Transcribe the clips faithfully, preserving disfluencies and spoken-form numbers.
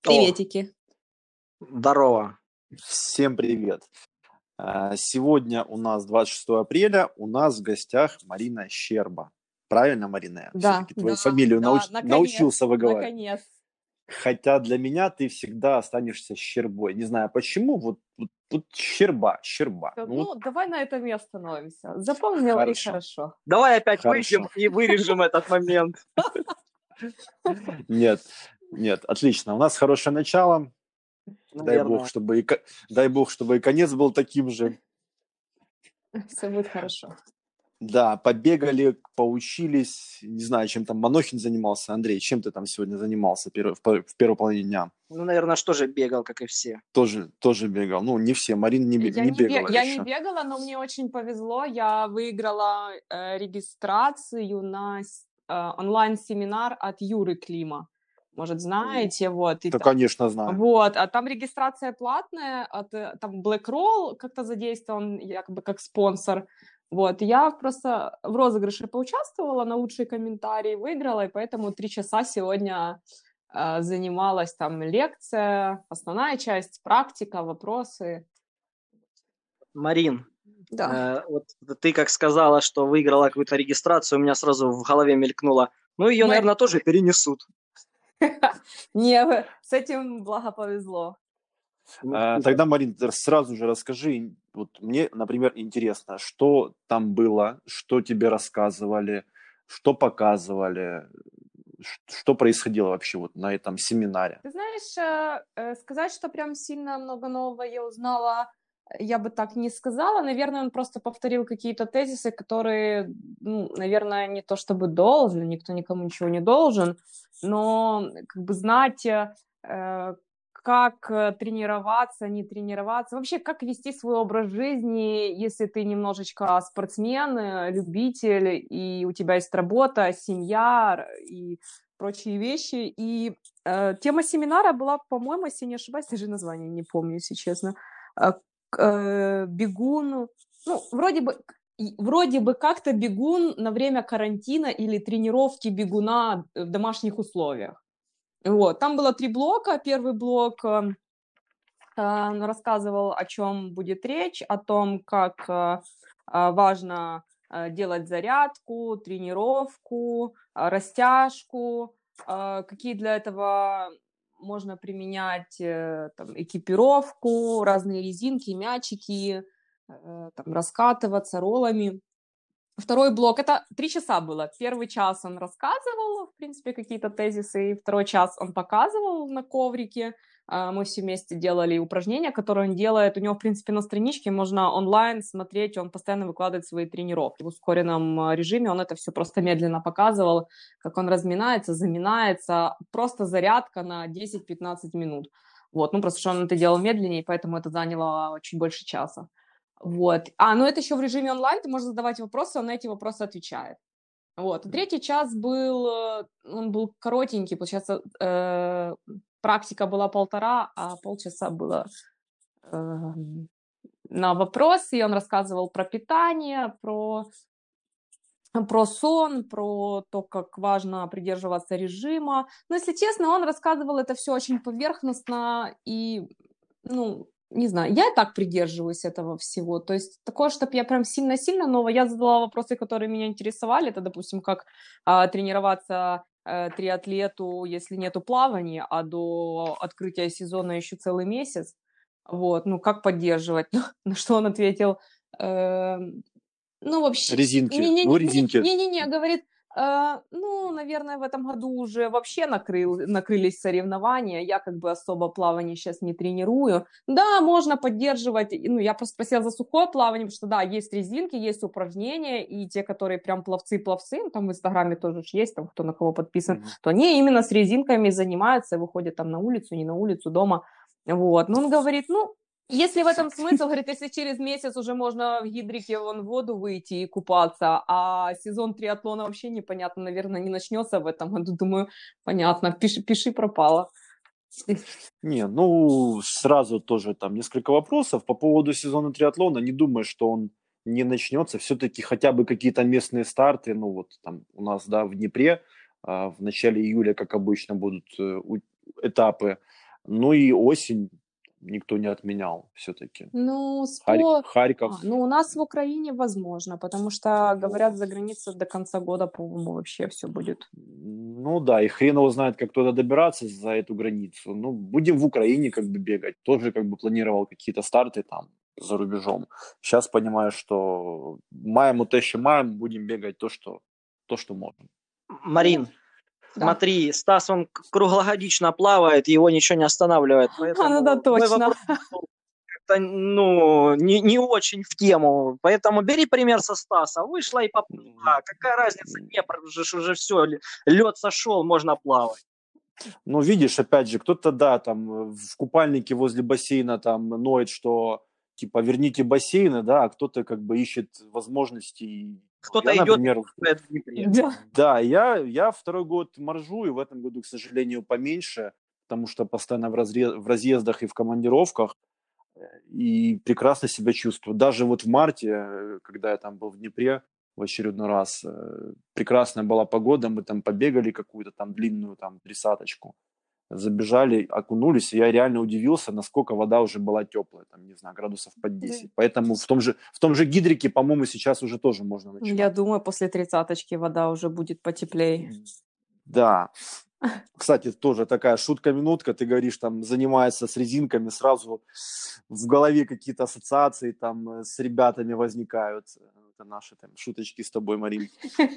О, Приветики. здорово. Всем привет. А, Сегодня у нас двадцать шестое апреля, у нас в гостях Марина Щерба. Правильно, Марина? Я Да, все-таки твою да, фамилию да, науч- наконец, научился выговаривать. наконец. Хотя для меня ты всегда останешься Щербой. Не знаю почему, вот, вот, вот Щерба, Щерба. Ну, Ну, вот давай на этом и остановимся. Запомнила и хорошо, хорошо. Давай опять хорошо. выйдем и вырежем этот момент. Нет, нет, отлично. У нас хорошее начало. Дай бог, Наверное. чтобы и, ко- дай бог, чтобы и конец был таким же. Все будет хорошо. Да, побегали, поучились, не знаю, чем там Манохин занимался. Андрей, чем ты там сегодня занимался перв- в пер- в первой половине дня? Ну, наверное, что же бегал, как и все. Тоже, тоже бегал. Ну, не все. Марина не, бе- Я не не, бе- бегала я еще. не бегала, но мне очень повезло. Я выиграла э, регистрацию на с- э, онлайн-семинар от Юры Клима. Может, знаете, вот. И Да, та- конечно, знаю. Вот, а там регистрация платная, от, э, там BlackRoll как-то задействован, якобы как спонсор. Вот, я просто в розыгрыше поучаствовала на лучший комментарий, выиграла, и поэтому три часа сегодня э, занималась там лекция, основная часть, практика, вопросы. Марин, Да. э, вот ты как сказала, что выиграла какую-то регистрацию, у меня сразу в голове мелькнуло. Ну, ее, Мы- наверное, тоже перенесут. Не, с этим благо повезло. А, тогда, Марин, ты сразу же расскажи. Вот мне, например, интересно, что там было, что тебе рассказывали, что показывали, ш- что происходило вообще вот на этом семинаре. Ты знаешь, э, э, сказать, что прям сильно много нового я узнала, э, я бы так не сказала. Наверное, он просто повторил какие-то тезисы, которые, ну, наверное, не то чтобы должен, никто никому ничего не должен, но как бы знать, э, э, как э, тренироваться, не тренироваться, вообще как вести свой образ жизни, если ты немножечко спортсмен, э, любитель, и у тебя есть работа, семья р- и прочие вещи. И Э, тема семинара была, по-моему, если не ошибаюсь, даже название не помню, если честно. Э, к- э, бегун, ну, вроде бы, и- вроде бы как-то бегун на время карантина или тренировки бегуна в домашних условиях. Вот, там было три блока. Первый блок э, э, он рассказывал, о чем будет речь, о том, как э, э, важно э, делать зарядку, тренировку, э, растяжку, э, какие для этого можно применять э, там, экипировку, разные резинки, мячики, э, там, раскатываться роллами. Второй блок, это три часа было. Первый час он рассказывал, в принципе, какие-то тезисы, и второй час он показывал на коврике. А, Мы все вместе делали упражнения, которые он делает. У него, в принципе, на страничке можно онлайн смотреть, он постоянно выкладывает свои тренировки. В ускоренном а, режиме он это все просто медленно показывал, как он разминается, заминается. Просто зарядка на десять-пятнадцать минут. Вот, ну просто что он это делал медленнее, поэтому это заняло чуть больше часа. Вот. А, ну это еще в режиме онлайн, ты можешь задавать вопросы, он на эти вопросы отвечает. Вот. Третий час был, э, он был коротенький, получается, э, практика была полтора, а полчаса было э, на вопросы, и он рассказывал про питание, про, про сон, про то, как важно придерживаться режима. Но, если честно, он рассказывал это все очень поверхностно и, ну, не знаю, я и так придерживаюсь этого всего. То есть такое, чтобы я прям сильно-сильно нового. Я задала вопросы, которые меня интересовали. Это, допустим, как а, тренироваться э, триатлету, если нету плавания, а до открытия сезона еще целый месяц. Вот, ну, как поддерживать? На что он ответил, эм, ну, вообще, Резинки. не-не-не, Ну, резинки. не-не-не, говорит, «Э, ну, наверное, в этом году уже вообще накрыл, накрылись соревнования, я как бы особо плавание сейчас не тренирую. Да, можно поддерживать, и, ну, я просто спросила за сухое плавание, потому что, да, есть резинки, есть упражнения, и те, которые прям пловцы-пловцы, ну, там в Инстаграме тоже ж есть, там кто на кого подписан, Мгм. то они именно с резинками занимаются, выходят там на улицу, не на улицу, дома. Вот, ну, он говорит, ну, если в этом смысл, говорит, если через месяц уже можно в гидрике вон в воду выйти и купаться, а сезон триатлона вообще непонятно, наверное, не начнется в этом году, думаю, понятно, пиши, пиши пропало. Не, ну, сразу тоже там несколько вопросов по поводу сезона триатлона. Не думаю, что он не начнется. Все-таки хотя бы какие-то местные старты, ну вот там у нас, да, в Днепре а, в начале июля, как обычно, будут э, у- этапы. Ну и осень никто не отменял все-таки. Ну, Харь- спо... Харьков. А, ну, у нас в Украине возможно, потому что, говорят, за границей до конца года, по-моему, вообще все будет. Ну да, и хрен его знает, как туда добираться за эту границу. Ну, будем в Украине как бы бегать. Тоже как бы планировал какие-то старты там за рубежом. Сейчас понимаю, что маем то, что маем, будем бегать то, что, то, что можем. Марин, Да. смотри, Стас, он к- круглогодично плавает, его ничего не останавливает. Поэтому А, ну да, мой точно. вопрос был как-то, ну, не, не очень в тему. Поэтому бери пример со Стаса. Вышла и поплыла. Какая разница? Днепр уже, ж- уже все, лед сошел, можно плавать. Ну, видишь, опять же, кто-то, да, там э, в купальнике возле бассейна там ноет, что типа верните бассейны, да, а кто-то как бы ищет возможностей. Кто-то Я, идет например, и плавает в Днепре. Да. да, я, я второй год моржу, и в этом году, к сожалению, поменьше, потому что постоянно в, разре- в разъездах и в командировках, э, и прекрасно себя чувствую. Даже вот в марте, э, когда я там был в Днепре в очередной раз, э, прекрасная была погода, мы там побегали какую-то там длинную там тридцаточку, забежали, окунулись, и я реально удивился, насколько вода уже была теплая, там, не знаю, градусов под десять. Поэтому в том же, в том же гидрике, по-моему, сейчас уже тоже можно начинать. Я думаю, после тридцаточки вода уже будет потеплее. Да. Кстати, тоже такая шутка-минутка, ты говоришь, там, занимается с резинками, сразу в голове какие-то ассоциации там э, с ребятами возникают. Это наши там шуточки с тобой, Марин.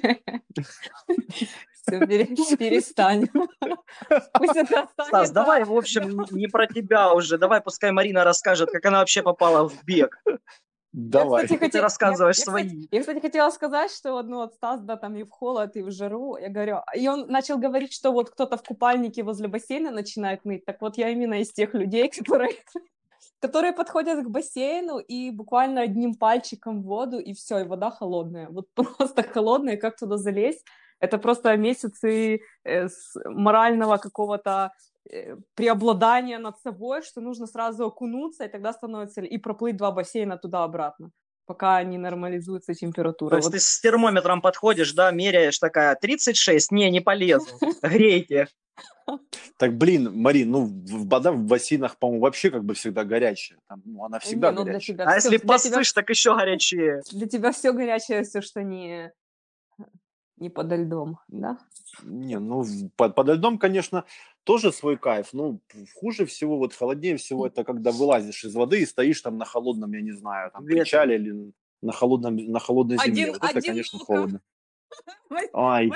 Все, перестань. Пусть это Стас, останется. давай, в общем, не про тебя уже. Давай, пускай Марина расскажет, как она вообще попала в бег. Давай. Я, кстати, Ты хоте- рассказываешь я- я, свои. кстати, я, кстати, хотела сказать, что вот, ну, вот Стас, да, там и в холод, и в жару, я говорю, и он начал говорить, что вот кто-то в купальнике возле бассейна начинает ныть, так вот я именно из тех людей, которые, которые подходят к бассейну и буквально одним пальчиком в воду, и все, и вода холодная, вот просто холодная, как туда залезть, это просто месяцы э, с морального какого-то э, преобладания над собой, что нужно сразу окунуться, и тогда становится... И проплыть два бассейна туда-обратно, пока не нормализуется температура. То есть Вот. ты с термометром подходишь, да, меряешь, такая, тридцать шесть, не, не полезу, грейте. Так, блин, Марин, ну, в- вода в бассейнах, по-моему, вообще как бы всегда горячая. Там, ну, она всегда Не, ну для горячая. тебя А всё- если для тебя, посышь, так еще горячее. для тебя все горячее, все, что не, не подо льдом, да? Не, ну, в- под, подо льдом, конечно, тоже свой кайф. Ну, хуже всего, вот холоднее всего, это когда вылазишь из воды и стоишь там на холодном, я не знаю, там, Ветре. причале или на, холодном, на холодной земле. Один- Вот это, конечно, одиноко. холодно. Ай,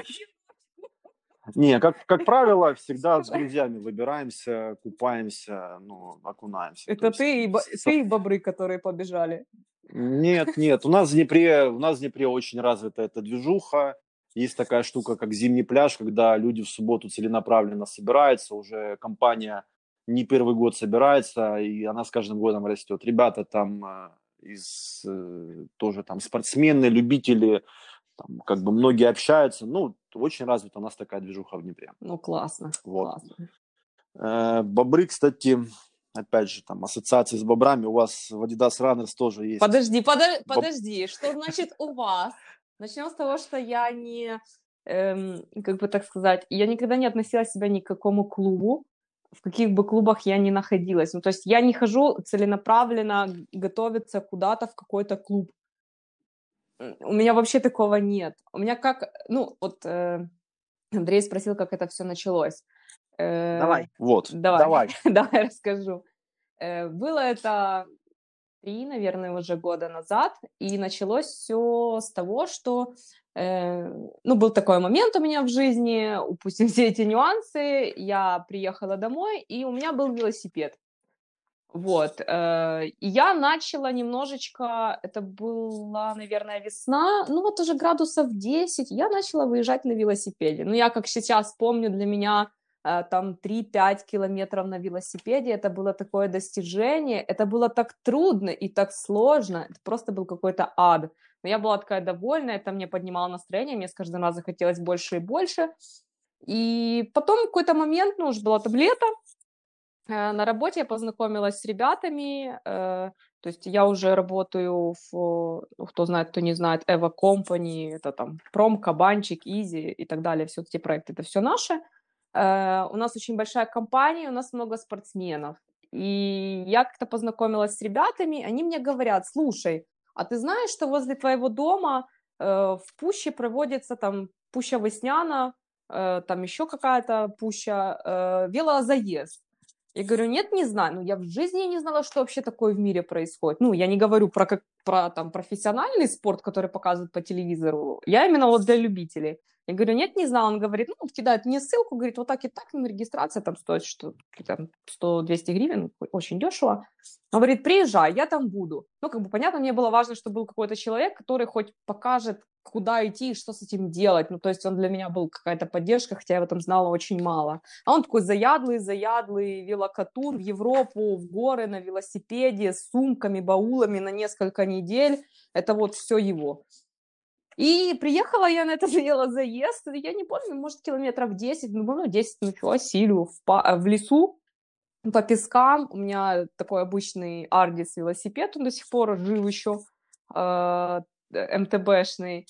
не, как, как правило, всегда с друзьями выбираемся, купаемся, ну, окунаемся. То Это есть ты и, бо- со- ты и бобры, которые побежали. Нет, нет, у нас в Днепре, у нас в Днепре очень развита эта движуха. Есть такая штука, как зимний пляж, когда люди в субботу целенаправленно собираются, уже компания не первый год собирается, и она с каждым годом растет. Ребята там э, из э, тоже там спортсмены, любители, там, как бы многие общаются. Ну, очень развита у нас такая движуха в Днепре. Ну, классно, Вот. классно. Э, Бобры, кстати, опять же, там ассоциации с бобрами. У вас в Adidas Runners тоже есть. Подожди, подо- Боб- подожди, что значит у вас? Начнем с того, что я не, эм, как бы так сказать, я никогда не относила себя ни к какому клубу, в каких бы клубах я ни находилась. Ну, то есть я не хожу целенаправленно готовиться куда-то в какой-то клуб. М, У меня вообще такого нет. У меня как, ну, вот э, Андрей спросил, как это все началось. Э, Давай. Вот, Давай, давай. давай расскажу. Э, Было это три, наверное, уже года назад, и началось все с того, что, э, ну, был такой момент у меня в жизни, упустим все эти нюансы, я приехала домой, и у меня был велосипед. Вот, э, и я начала немножечко, это была, наверное, весна, ну, вот уже градусов десять, я начала выезжать на велосипеде. Ну, я, как сейчас помню, для меня э, там три-пять километров на велосипеде, это было такое достижение, это было так трудно и так сложно, это просто был какой-то ад. Но я была такая довольная, это мне поднимало настроение, мне с каждым разом захотелось больше и больше. И потом в какой-то момент, ну, уже было там лето, э, на работе я познакомилась с ребятами, э, то есть я уже работаю в, ну, кто знает, кто не знает, Эва Company, это там Пром, Кабанчик, Изи и так далее, все эти проекты, это все наше. Э, у нас очень большая компания, у нас много спортсменов. И я как-то познакомилась с ребятами, они мне говорят: слушай, а ты знаешь, что возле твоего дома э, в пуще проводится там пуща Весняна, э, там еще какая-то пуща, э, велозаезд? Я говорю: нет, не знаю. Ну, я в жизни не знала, что вообще такое в мире происходит. Ну, я не говорю про, как, про там, профессиональный спорт, который показывают по телевизору. Я именно вот для любителей. Я говорю: нет, не знала. Он говорит, ну, кидает мне ссылку, говорит, вот так и так, ну, регистрация там стоит что, там, сто-двести гривен, очень дешево. Он говорит: приезжай, я там буду. Ну, как бы, понятно, мне было важно, чтобы был какой-то человек, который хоть покажет, куда идти и что с этим делать. Ну, то есть он для меня был какая-то поддержка, хотя я в этом знала очень мало. А он такой заядлый, заядлый велокатур в Европу, в горы на велосипеде, с сумками, баулами на несколько недель. Это вот все его. И приехала я на этот велозаезд, я не помню, может, километров десять, ну, ну, десять, ну, что, осилю, в, па- в лесу, по пескам. У меня такой обычный Ардис велосипед, он до сих пор жив еще, э, эм тэ бэшный.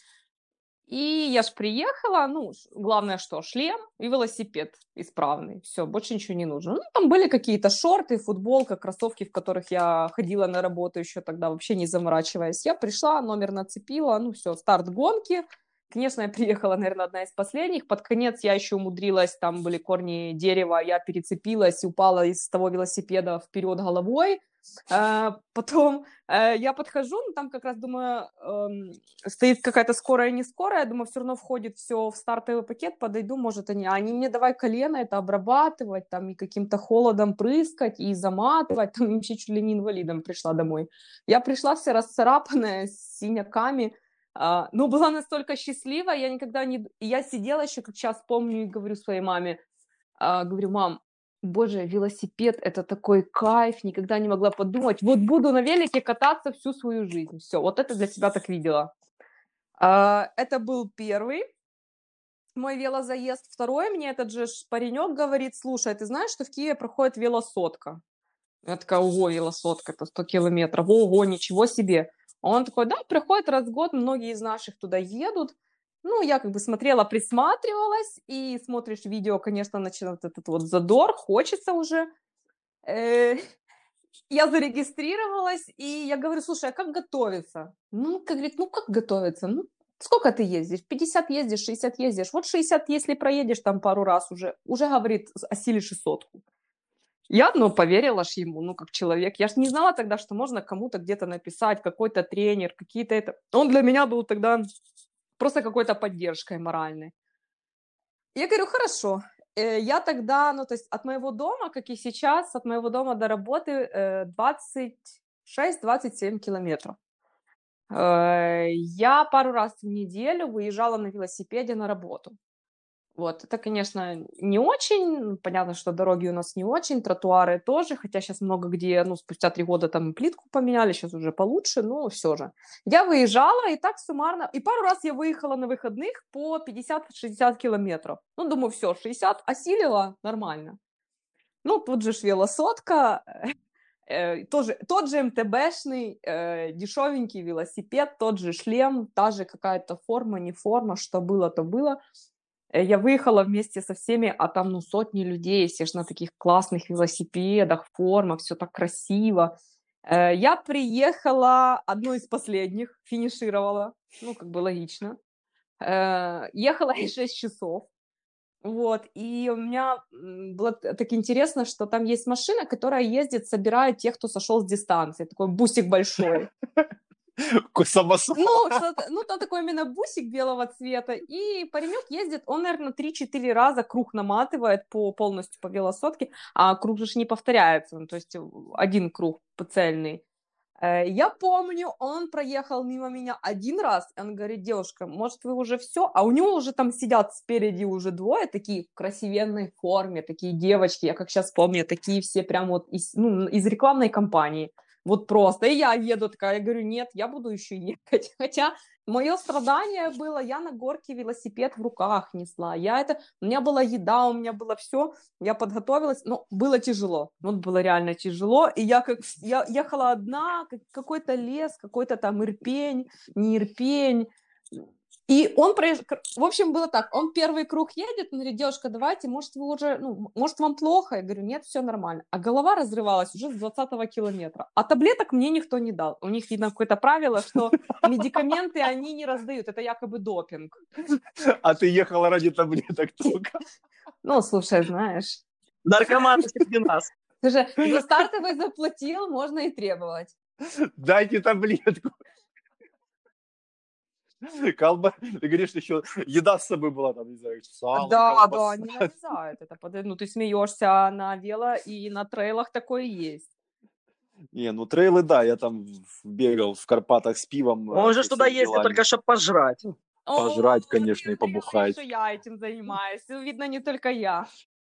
И я ж приехала, ну, главное что, шлем и велосипед исправный, все, больше ничего не нужно. Ну, там были какие-то шорты, футболка, кроссовки, в которых я ходила на работу еще тогда, вообще не заморачиваясь. Я пришла, номер нацепила, ну, все, старт гонки. Конечно, я приехала, наверное, одна из последних. Под конец я еще умудрилась, там были корни дерева, я перецепилась и упала из того велосипеда вперед головой. А, потом э, я подхожу, ну, там как раз, думаю, эм, стоит какая-то скорая, не скорая, я думаю, все равно входит все в стартовый пакет, подойду, может, они, а они мне давай колено это обрабатывать, там, и каким-то холодом прыскать, и заматывать, там, вообще чуть ли не инвалидом пришла домой. Я пришла вся расцарапанная, с синяками, а, но была настолько счастлива, я никогда не... Я сидела еще, как сейчас помню, и говорю своей маме, а, говорю: мам, боже, велосипед — это такой кайф, никогда не могла подумать, вот буду на велике кататься всю свою жизнь. Все, вот это для себя так видела. А, это был первый мой велозаезд. Второй, мне этот же паренек говорит: слушай, ты знаешь, что в Киеве проходит велосотка? Я такая: ого, велосотка, это сто километров, ого, ничего себе. Он такой: да, приходит раз в год, многие из наших туда едут. Ну, я как бы смотрела, присматривалась, и смотришь видео, конечно, начинает этот вот задор, хочется уже. Э, Я зарегистрировалась, и я говорю: слушай, а как готовиться? Ну, как говорит, ну как готовиться? Ну, сколько ты ездишь? пятьдесят ездишь, шестьдесят ездишь. Вот шестьдесят, если проедешь там пару раз уже, уже, говорит, осилишь и сотку. Я, ну, поверила ж ему, ну, как человек. Я ж не знала тогда, что можно кому-то где-то написать, какой-то тренер, какие-то это... Он для меня был тогда просто какой-то поддержкой моральной. Я говорю: хорошо. Э, Я тогда, ну, то есть от моего дома, как и сейчас, от моего дома до работы э, двадцать шесть двадцать семь километров. Э, Я пару раз в неделю выезжала на велосипеде на работу. Вот, это, конечно, не очень. Понятно, что дороги у нас не очень, тротуары тоже, хотя сейчас много где, ну, спустя три года там и плитку поменяли, сейчас уже получше, но все же. Я выезжала, и так суммарно, и пару раз я выехала на выходных по пятьдесят-шестьдесят километров. Ну, думаю, все, шестьдесят осилила, нормально. Ну, тут же ж велосотка, э, тоже, тот же эм тэ бэшный, э, дешевенький велосипед, тот же шлем, та же какая-то форма, не форма, что было, то было. Э, Я выехала вместе со всеми, а там, ну, сотни людей, все же на таких классных велосипедах, формах, все так красиво. Э, Я приехала одной из последних, финишировала, ну, как бы логично. Э, Ехала я шесть часов, вот, и у меня м, было т- так интересно, что там есть машина, которая ездит, собирает тех, кто сошел с дистанции, такой бусик большой. Какой самосвал. Ну, что-то, ну, там такой именно бусик белого цвета, и паренек ездит, он, наверное, три-четыре раза круг наматывает по, полностью по велосотке, а круг же ж не повторяется, ну, то есть э, один круг цельный. Э, Я помню, он проехал мимо меня один раз, и он говорит: девушка, может, вы уже все? А у него уже там сидят спереди уже двое, такие в красивенной форме, такие девочки, я как сейчас помню, такие все прям вот из, ну, из рекламной кампании. Вот просто. И я еду такая, я говорю: нет, я буду еще ехать. Хотя мое страдание было, я на горке велосипед в руках несла. Я это, у меня была еда, у меня было все, я подготовилась, но было тяжело. Вот было реально тяжело. И я как я ехала одна, как, какой-то лес, какой-то там Ирпень, не Ирпень. И он, проезж... в общем, было так, он первый круг едет, он говорит, девушка, давайте, может, вы уже, ну, может, вам плохо? Я говорю, нет, все нормально. А голова разрывалась уже с двадцатого километра. А таблеток мне никто не дал. У них, видно, какое-то правило, что медикаменты они не раздают, это якобы допинг. А ты ехала ради таблеток только? Ну, слушай, знаешь. Наркоманы среди нас. Ты же за стартовый заплатил, можно и требовать. Дайте таблетку. Колба... Ты говоришь, еще еда с собой была, там, не знаю, сало, Да, колбаса. да, не нарезают это. Ну, ты смеешься на вело, и на трейлах такое есть. Не, ну трейлы, да, я там бегал в Карпатах с пивом. Он же туда ездит только, чтобы пожрать. Пожрать, О, конечно, ты и побухать. что я этим занимаюсь. Видно, не только я.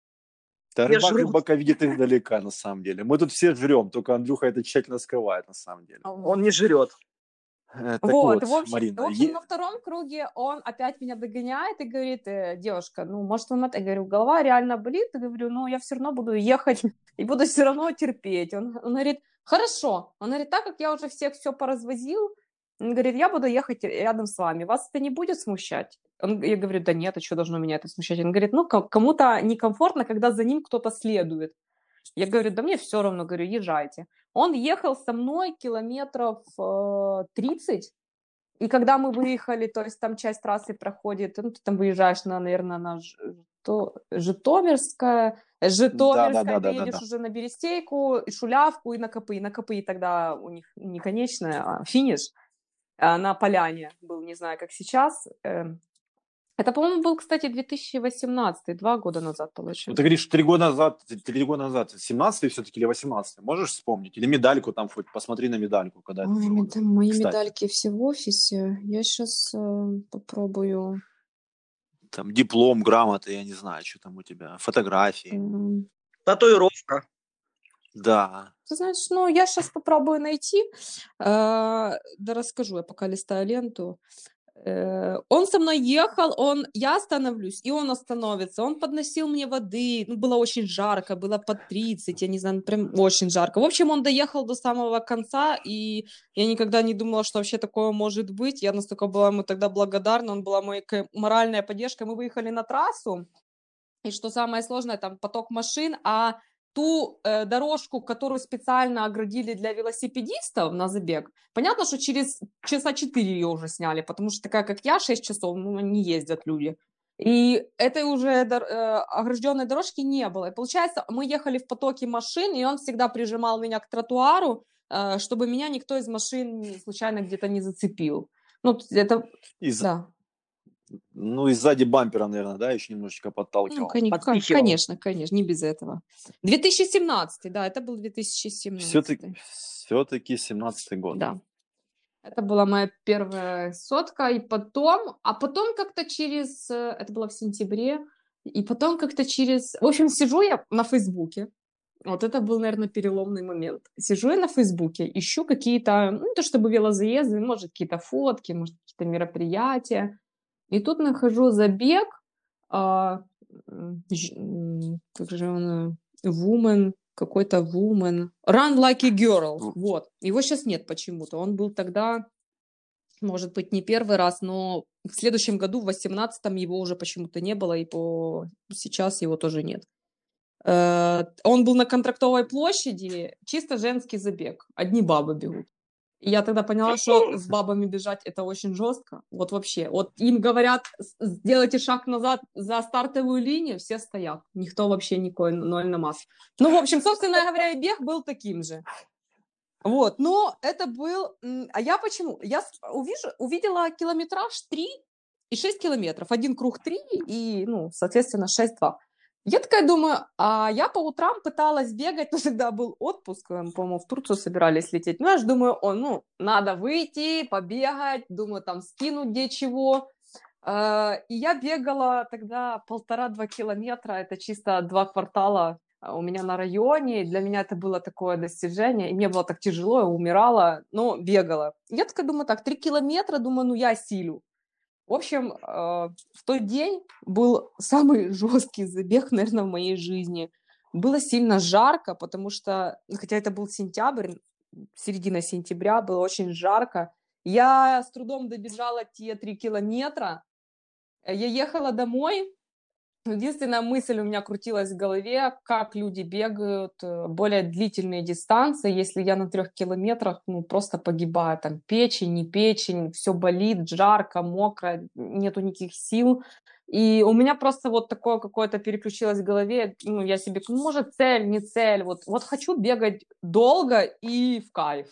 Да, Все рыбак жрут. рыбака видит издалека, на самом деле. Мы тут все жрем, только Андрюха это тщательно скрывает, на самом деле. Он не жрет. Э, Так Вот, вот, в общем, Марина, в общем е- на втором круге он опять меня догоняет и говорит, э, девушка, ну, может, вам это... Я говорю, голова реально болит? Я говорю, ну, я все равно буду ехать и буду все равно терпеть. Он, он говорит, хорошо. Он говорит, так как я уже всех все поразвозил, он говорит, я буду ехать рядом с вами. Вас это не будет смущать? Он, я говорю, да нет, а что должно меня это смущать? Он говорит, ну, ко- кому-то некомфортно, когда за ним кто-то следует. Я говорю, да мне все равно, говорю, езжайте. Он ехал со мной километров э, тридцать, и когда мы выехали, то есть там часть трассы проходит, ну, ты там выезжаешь, на, наверное, на Жито... Житомирское, Житомирское, Да-да-да-да-да-да. ты едешь уже на Берестейку, и Шулявку, и на Копы. На Копы тогда у них не конечная, а финиш. А на Поляне был, не знаю, как сейчас. Эм, Это, по-моему, был, кстати, две тысячи восемнадцатый, два года назад, Ну, получается. ты говоришь, три года назад, три года назад, семнадцатый все-таки или восемнадцатый? Можешь вспомнить? Или медальку там хоть, посмотри на медальку, когда это Ой, было. мед- мои Кстати. медальки все в офисе. Я сейчас попробую. Там диплом, грамоты, я не знаю, что там у тебя, фотографии. М, Татуировка. Да. Ты знаешь, ну, я сейчас попробую найти. Э, Да расскажу, я пока листаю ленту. Э, Он со мной ехал, он, я остановлюсь, и он остановится. Он подносил мне воды, ну, было очень жарко, было под тридцать, я не знаю, ну, прям очень жарко. В общем, он доехал до самого конца, и я никогда не думала, что вообще такое может быть. Я настолько была ему тогда благодарна, он была моей ка- моральная поддержка. Мы выехали на трассу, и что самое сложное, там поток машин, а ту э, дорожку, которую специально оградили для велосипедистов на забег, понятно, что через часа четыре ее уже сняли, потому что такая, как я, шесть часов, ну, не ездят люди. И этой уже дор- э, огражденной дорожки не было. И получается, мы ехали в потоке машин, и он всегда прижимал меня к тротуару, э, чтобы меня никто из машин случайно где-то не зацепил. Ну, это, И, за- да. Ну, и сзади бампера, наверное, да, еще немножечко Ну, подталкивал. кони- кон- Подпихивал. конечно, конечно, не без этого. две тысячи семнадцатый, да, это был две тысячи семнадцатый. Все-таки, все-таки семнадцатый год. Да. Это была моя первая сотка, и потом, а потом как-то через, э, это было в сентябре, и потом как-то через, в общем, сижу я на Фейсбуке, вот это был, наверное, переломный момент. Сижу я на Фейсбуке, ищу какие-то, ну, не то чтобы велозаезды, может, какие-то фотки, может, какие-то мероприятия, и тут нахожу забег, а, м, ж- м, как же он, э, Woman, какой-то Woman, Run Like a Girl, В- вот. Его сейчас нет почему-то. Он был тогда, может быть, не первый раз, но в следующем году, в восемнадцатом, его уже почему-то не было, и по сейчас его тоже нет. Э, Он был на Контрактовой площади, чисто женский забег, одни бабы бегут. И я тогда поняла, что с бабами бежать это очень жестко. Вот вообще. Вот им говорят, «С- сделайте шаг назад за стартовую линию», все стоят. Никто вообще никакой ноль на масс. Ну, в общем, собственно говоря, и бег был таким же. Вот, но это был... м, А я почему? Я с- увижу, увидела километраж три и шесть километров. Один круг три и, ну, соответственно, шесть-два. Я такая думаю, а я по утрам пыталась бегать, но тогда был отпуск, э, по-моему, в Турцию собирались лететь. Ну, я же думаю, о, ну, надо выйти, побегать, думаю, там, скинуть где чего. Э, И я бегала тогда полтора-два километра, это чисто два квартала а, у меня на районе. И для меня это было такое достижение, и мне было так тяжело, я умирала, но бегала. Я такая думаю, так, три километра, думаю, ну, я осилю. В общем, э, в тот день был самый жесткий забег, наверное, в моей жизни. Было сильно жарко, потому что, ну, хотя это был сентябрь, середина сентября, было очень жарко. Я с трудом добежала те три километра. Я ехала домой. Единственная мысль у меня крутилась в голове, как люди бегают э, более длительные дистанции, если я на трех километрах, ну, просто погибаю, там, печень, не печень, все болит, жарко, мокро, нету никаких сил. И у меня просто вот такое какое-то переключилось в голове, ну, я себе, ну, может, цель, не цель, вот, вот хочу бегать долго и в кайф.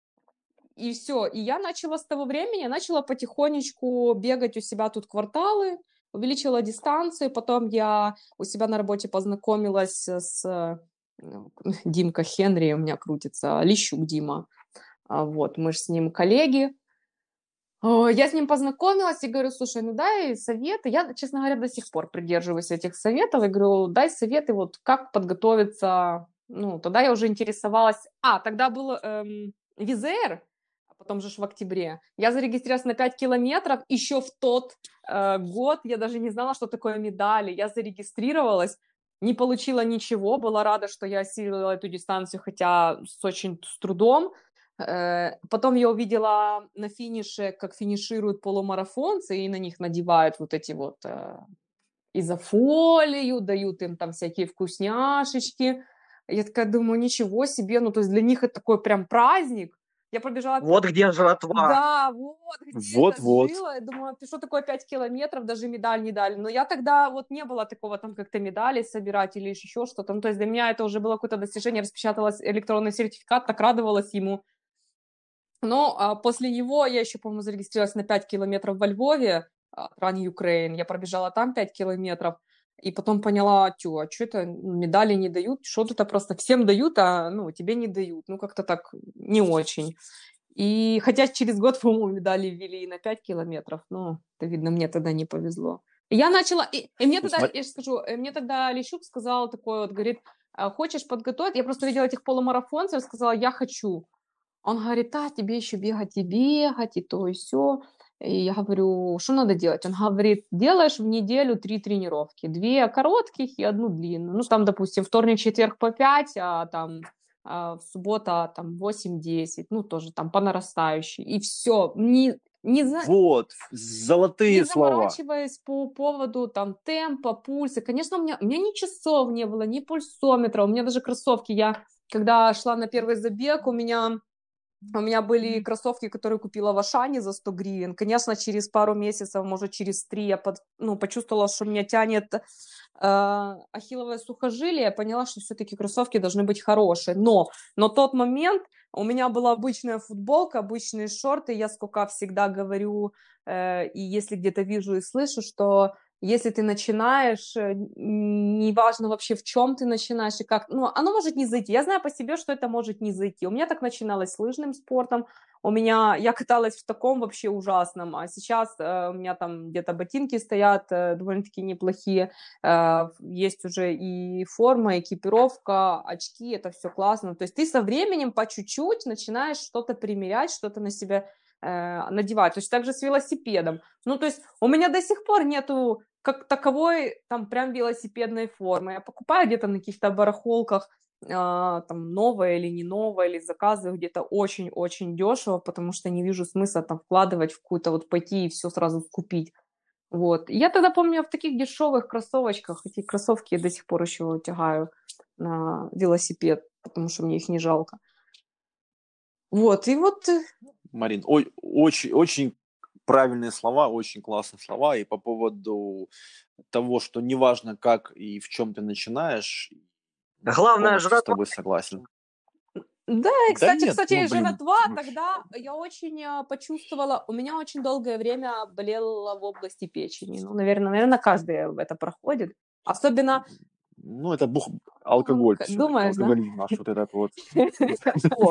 И все. И я начала с того времени, я начала потихонечку бегать у себя тут кварталы, увеличила дистанцию, потом я у себя на работе познакомилась с э, ну, Димка Хенри, у меня крутится, Лещук Дима. А, Вот, мы же с ним коллеги. О, Я с ним познакомилась и говорю, слушай, ну дай советы. Я, честно говоря, до сих пор придерживаюсь этих советов. И говорю, дай советы, вот как подготовиться. Ну, тогда я уже интересовалась. А, тогда был эм, Визер, а потом же ж в октябре. Я зарегистрировалась на пять километров. Еще в тот э, год я даже не знала, что такое медали. Я зарегистрировалась, не получила ничего. Была рада, что я осилила эту дистанцию, хотя с очень с трудом. Э, Потом я увидела на финише, как финишируют полумарафонцы, и на них надевают вот эти вот э, изофолию, дают им там всякие вкусняшечки. Я такая думаю, ничего себе, ну то есть для них это такой прям праздник. Я пробежала, Вот где жратва. да, вот где это Вот-вот. жила. Я думала, ты что такое пять километров, даже медаль не дали. Но я тогда вот не было такого там как-то медалей собирать или еще что-то. Ну, то есть для меня это уже было какое-то достижение, распечаталась электронный сертификат, так радовалась ему. Но а, после него я еще, по-моему, зарегистрировалась на пять километров во Львове, а, Run Ukraine. Я пробежала там пять километров. И потом поняла, тю, а что это медали не дают? Что это просто всем дают, а ну, тебе не дают. Ну, как-то так не очень. И хотя через год, по-моему, медали ввели и на пять километров. Но, это видно, мне тогда не повезло. И я начала... И, и мне Ну, тогда, смотри, я же скажу, э, мне тогда Лещук сказал такое вот, говорит, «А хочешь подготовить?» Я просто видела этих полумарафонцев, сказала, я хочу. Он говорит, а, тебе еще бегать и бегать, и то, и все. И я говорю, что надо делать? Он говорит, делаешь в неделю три тренировки. Две коротких и одну длинную. Ну, там, допустим, вторник, четверг по пять, а там а, в суббота там восемь-десять. Ну, тоже там по нарастающей. И все. Не, не, за, вот, не золотые слова. заморачиваясь по поводу там темпа, пульса. Конечно, у меня, у меня ни часов не было, ни пульсометра. У меня даже кроссовки. Я, когда шла на первый забег, у меня... У меня были кроссовки, которые купила в Ашане за сто гривен. Конечно, через пару месяцев, может, через три я под, ну, почувствовала, что меня тянет э, ахилловое сухожилие. Я поняла, что все-таки кроссовки должны быть хорошие. Но на тот момент у меня была обычная футболка, обычные шорты. Я сколько всегда говорю, э, и если где-то вижу и слышу, что если ты начинаешь, э, неважно вообще в чем ты начинаешь и как, ну, оно может не зайти. Я знаю по себе, что это может не зайти. У меня так начиналось с лыжным спортом. У меня, я каталась в таком вообще ужасном, а сейчас э, у меня там где-то ботинки стоят э, довольно-таки неплохие. Э, есть уже и форма, экипировка, очки, это все классно. То есть ты со временем по чуть-чуть начинаешь что-то примерять, что-то на себя э, надевать. То есть также с велосипедом. Ну, то есть у меня до сих пор нету как таковой там прям велосипедной формы. Я покупаю где-то на каких-то барахолках, а, там новое или не новое, или заказываю где-то очень-очень дешево, потому что не вижу смысла там вкладывать в какую-то вот пойти и все сразу купить. Вот. Я тогда помню в таких дешевых кроссовочках, эти кроссовки я до сих пор еще тягаю на велосипед, потому что мне их не жалко. Вот, и вот... э, Марин, ой, очень, очень правильные слова, очень классные слова. И по поводу того, что неважно, как и в чем ты начинаешь, Главное, полностью с жратва. тобой согласен. Да, и, Да кстати, нет, кстати, ну, блин, жратва, тогда я очень э, почувствовала, у меня очень долгое время болело в области печени. Ну, наверное, наверное, каждый это проходит. Особенно, ну, это бух... ну, алкоголь к- все-таки, думаешь, да? алкоголизм наш вот этот вот. О,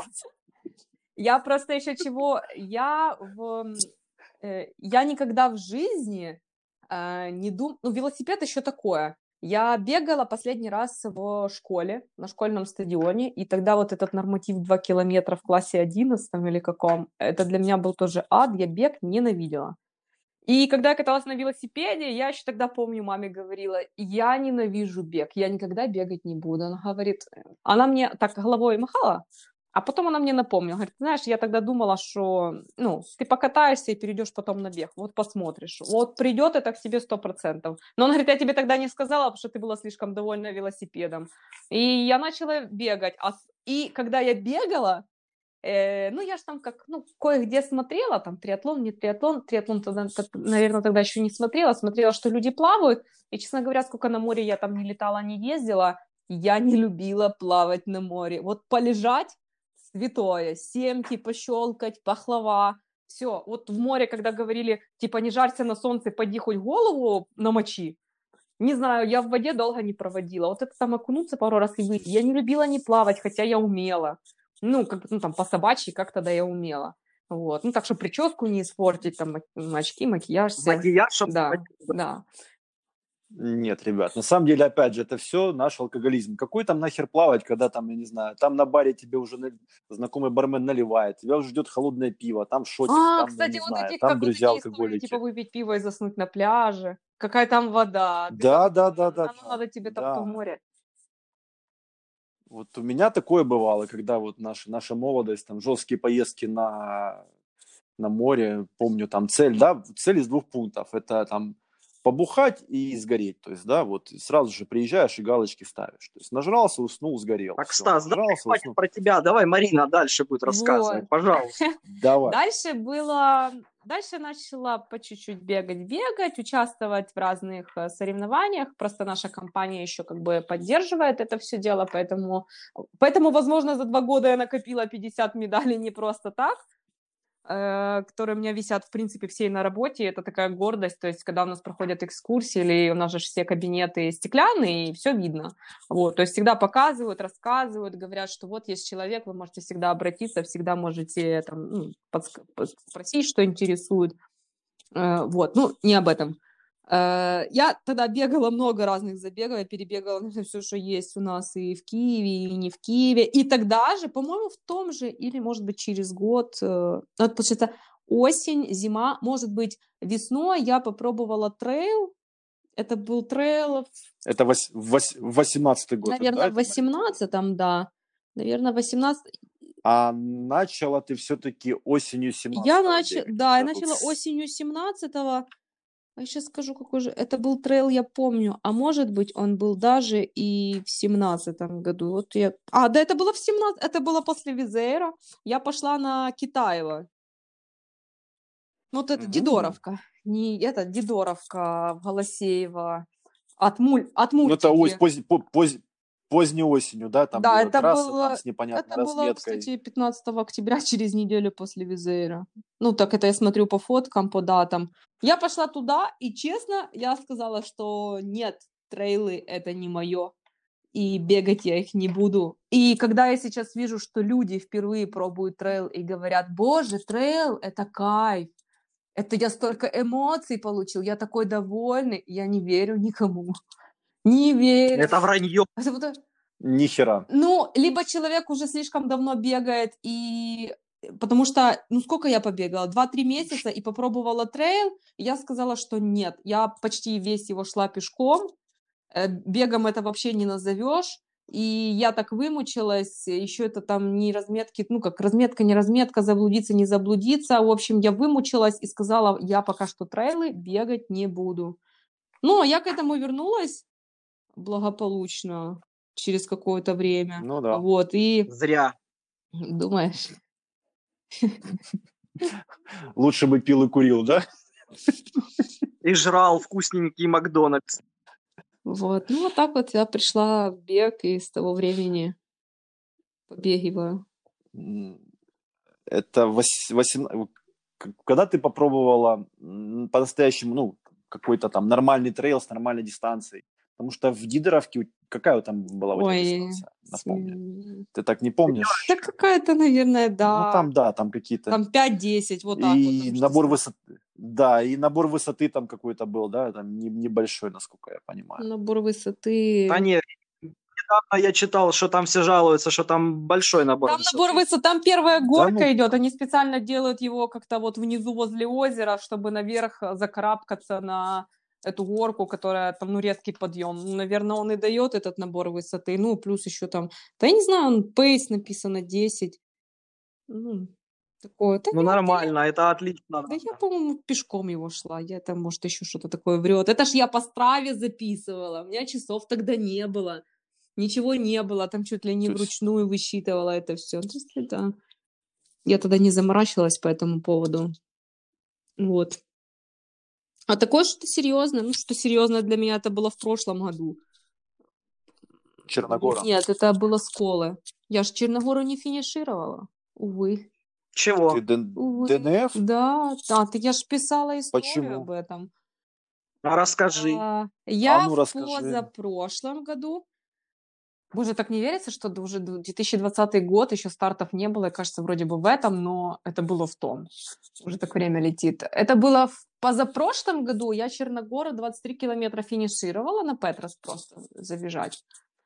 я просто еще чего, я в, м, э, я никогда в жизни э, не думала, ну, велосипед еще такое. Я бегала последний раз в школе, на школьном стадионе, и тогда вот этот норматив два километра в классе одиннадцатом или каком, это для меня был тоже ад, я бег ненавидела. И когда я каталась на велосипеде, я еще тогда, помню, маме говорила, я ненавижу бег, я никогда бегать не буду. Она говорит, она мне так головой махала, А потом она мне напомнила, говорит, знаешь, я тогда думала, что, ну, ты покатаешься и перейдешь потом на бег, вот посмотришь, вот придет это к тебе сто процентов. Но он говорит, я тебе тогда не сказала, потому что ты была слишком довольна велосипедом. И я начала бегать, а, и когда я бегала, э, ну, я же там как, ну, кое-где смотрела, там, триатлон, не триатлон, триатлон, тогда, наверное, тогда еще не смотрела, смотрела, что люди плавают, и, честно говоря, сколько на море я там не летала, не ездила, я не любила плавать на море. Вот полежать, святое, семки пощелкать, пахлава, все. Вот в море, когда говорили, типа, не жарься на солнце, поди хоть голову намочи, не знаю, я в воде долго не проводила. Вот это там окунуться пару раз и выйти. Я не любила не плавать, хотя я умела. Ну, как, ну там, по собачьи как тогда я умела. Вот. Ну, так что прическу не испортить, там, очки, макияж. Все. Макияж, чтобы... Да, да. Нет, ребят, на самом деле, опять же, это все наш алкоголизм. Какой там нахер плавать, когда там, я не знаю, там на баре тебе уже на... знакомый бармен наливает, тебя уже ждет холодное пиво, там шотик, А, там, кстати, я не вот знаю, эти, там как вот друзья эти истории, алкоголики. типа выпить пиво и заснуть на пляже. Какая там вода. Да, да, да, да. А ну надо тебе там да. то море. Вот у меня такое бывало, когда вот наша, наша молодость, там жесткие поездки на, на море, помню, там цель, да, цель из двух пунктов, это там побухать и сгореть, то есть, да, вот сразу же приезжаешь и галочки ставишь, то есть нажрался, уснул, сгорел. Так, Всё, Стас, давай нажрался, хватит уснул. про тебя, давай Марина дальше будет рассказывать, Вот. пожалуйста. Давай. Дальше было... Дальше начала по чуть-чуть бегать, бегать, участвовать в разных э, соревнованиях. Просто наша компания еще как бы поддерживает это все дело, поэтому, поэтому, возможно, за два года я накопила пятьдесят медалей не просто так, э, которые у меня висят, в принципе, все на работе. Это такая гордость, то есть, когда у нас проходят экскурсии, или у нас же все кабинеты стеклянные, и все видно. Вот, то есть, всегда показывают, рассказывают, говорят, что вот есть человек, вы можете всегда обратиться, всегда можете там, ну, подск- спросить, что интересует. Э, вот, ну, не об этом. Э, я тогда бегала много разных забегов, я перебегала, наверное, все, что есть у нас и в Киеве, и не в Киеве. И тогда же, по-моему, в том же, или, может быть, через год, э, ну, это, получается, осень, зима, может быть, весной я попробовала трейл. Это был трейл, Это вось- вось- восемнадцатый год, наверное, да? в восемнадцатом, да. Наверное, восемнадцатом. А начала ты все-таки осенью семнадцатого Я начала, бегать. да, я Это вот начала с- осенью семнадцатого. А сейчас скажу, какой же... Это был трейл, я помню. А может быть, он был даже и в семнадцатом году. Вот я... А, да, это было в семнадцатом... Это было после Визейра. Я пошла на Китаево. Вот это Мгм. Дидоровка. Не это, Дидоровка в Голосеево. От, Муль... От Ну, это ось, Мультики. поз- по- поз- поздней осенью, да, там Да, была это трасса было... там с непонятной Это было, разметкой. кстати, пятнадцатого октября, через неделю после Визейра. Ну, так это я смотрю по фоткам, по датам. Я пошла туда, и честно, я сказала, что нет, трейлы — это не мое, и бегать я их не буду. И когда я сейчас вижу, что люди впервые пробуют трейл и говорят, боже, трейл — это кайф, это я столько эмоций получил, я такой довольный, я не верю никому. Не верю. Это вранье. Это вот- Ни хера. Ну, либо человек уже слишком давно бегает, и потому что, ну, сколько я побегала? Два-три месяца и попробовала трейл, и я сказала, что нет, я почти весь его шла пешком, э, бегом это вообще не назовешь, и я так вымучилась, еще это там не разметки, ну, как разметка, не разметка, заблудиться, не заблудиться, в общем, я вымучилась и сказала, я пока что трейлы бегать не буду. Но я к этому вернулась благополучно через какое-то время. Ну да. Вот, и Зря. думаешь, Лучше бы пил и курил, да? И жрал вкусненький Макдональдс. вот, ну вот так вот я пришла в бег, и с того времени побегиваю. М, Это вось- восемна- к- когда ты попробовала м, по-настоящему, ну, какой-то там нормальный трейл с нормальной дистанцией? Потому что в Дидоровке у- какая там была у тебя Ой, дистанция? Напомни. м, Ты так не помнишь? да какая-то, наверное, Ну, да, там, да, там какие-то... там пять-десять, вот так вот. И там набор что-то. высоты, да, и набор высоты там какой-то был, да, там не- небольшой, насколько я понимаю. Набор высоты. Да нет, недавно я читал, что там все жалуются, что там большой набор Там высоты. набор высоты, там первая горка ну- идет, они специально делают его как-то вот внизу возле озера, чтобы наверх закарабкаться на эту горку, которая там, ну, резкий подъем. Ну, наверное, он и дает этот набор высоты. Ну, плюс еще там, да я не знаю, он пейс написано десять. Ну, такое. Да Ну, я, да я, нормально, это отлично да я, надо. по-моему, пешком его шла. Я там, может, еще что-то такое врет. Это ж я по страве записывала. У меня часов тогда не было. Ничего не было. Там чуть ли не То есть вручную высчитывала это все. Да. Я тогда не заморачивалась по этому поводу. Вот. А такое что-то серьезное, ну, что серьезное для меня, это было в прошлом году. Черногора. Нет, это было сколы. Я ж Черногору не финишировала. Увы. Чего? Ты Д- Увы. ДНФ? Да, да, ты, я ж писала историю об Почему? этом. А расскажи. А, А я ну в расскажи. позапрошлом году, боже, так не верится, что д- уже две тысячи двадцатый год, еще стартов не было, и кажется, вроде бы в этом, но это было в том. Уже так время летит. Это было в позапрошлом году, я Черногору двадцать три километра финишировала на Петрос просто забежать.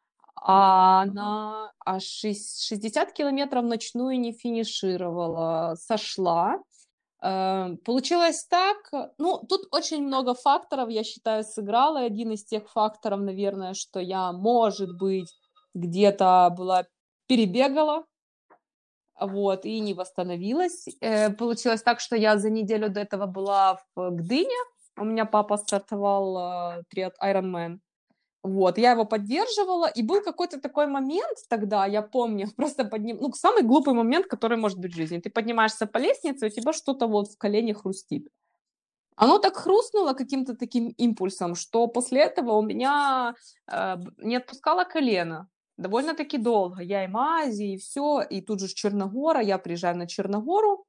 А Ага. на а шесть- шестьдесят километров ночную не финишировала, сошла. Э, Получилось так, э, ну, тут очень много факторов, я считаю, сыграло. И один из тех факторов, наверное, что я, может быть, где-то была перебегала, вот, и не восстановилась. Э, Получилось так, что я за неделю до этого была в Гдыне. У меня папа стартовал э, триат Ironman. Вот, я его поддерживала, и был какой-то такой момент тогда, я помню, просто подним... ну, самый глупый момент, который может быть в жизни. Ты поднимаешься по лестнице, у тебя что-то вот в колене хрустит. Оно так хрустнуло каким-то таким импульсом, что после этого у меня э, б- не отпускало колено. Довольно-таки долго. Я и мази, и все, и тут же с Черногора, я приезжаю на Черногору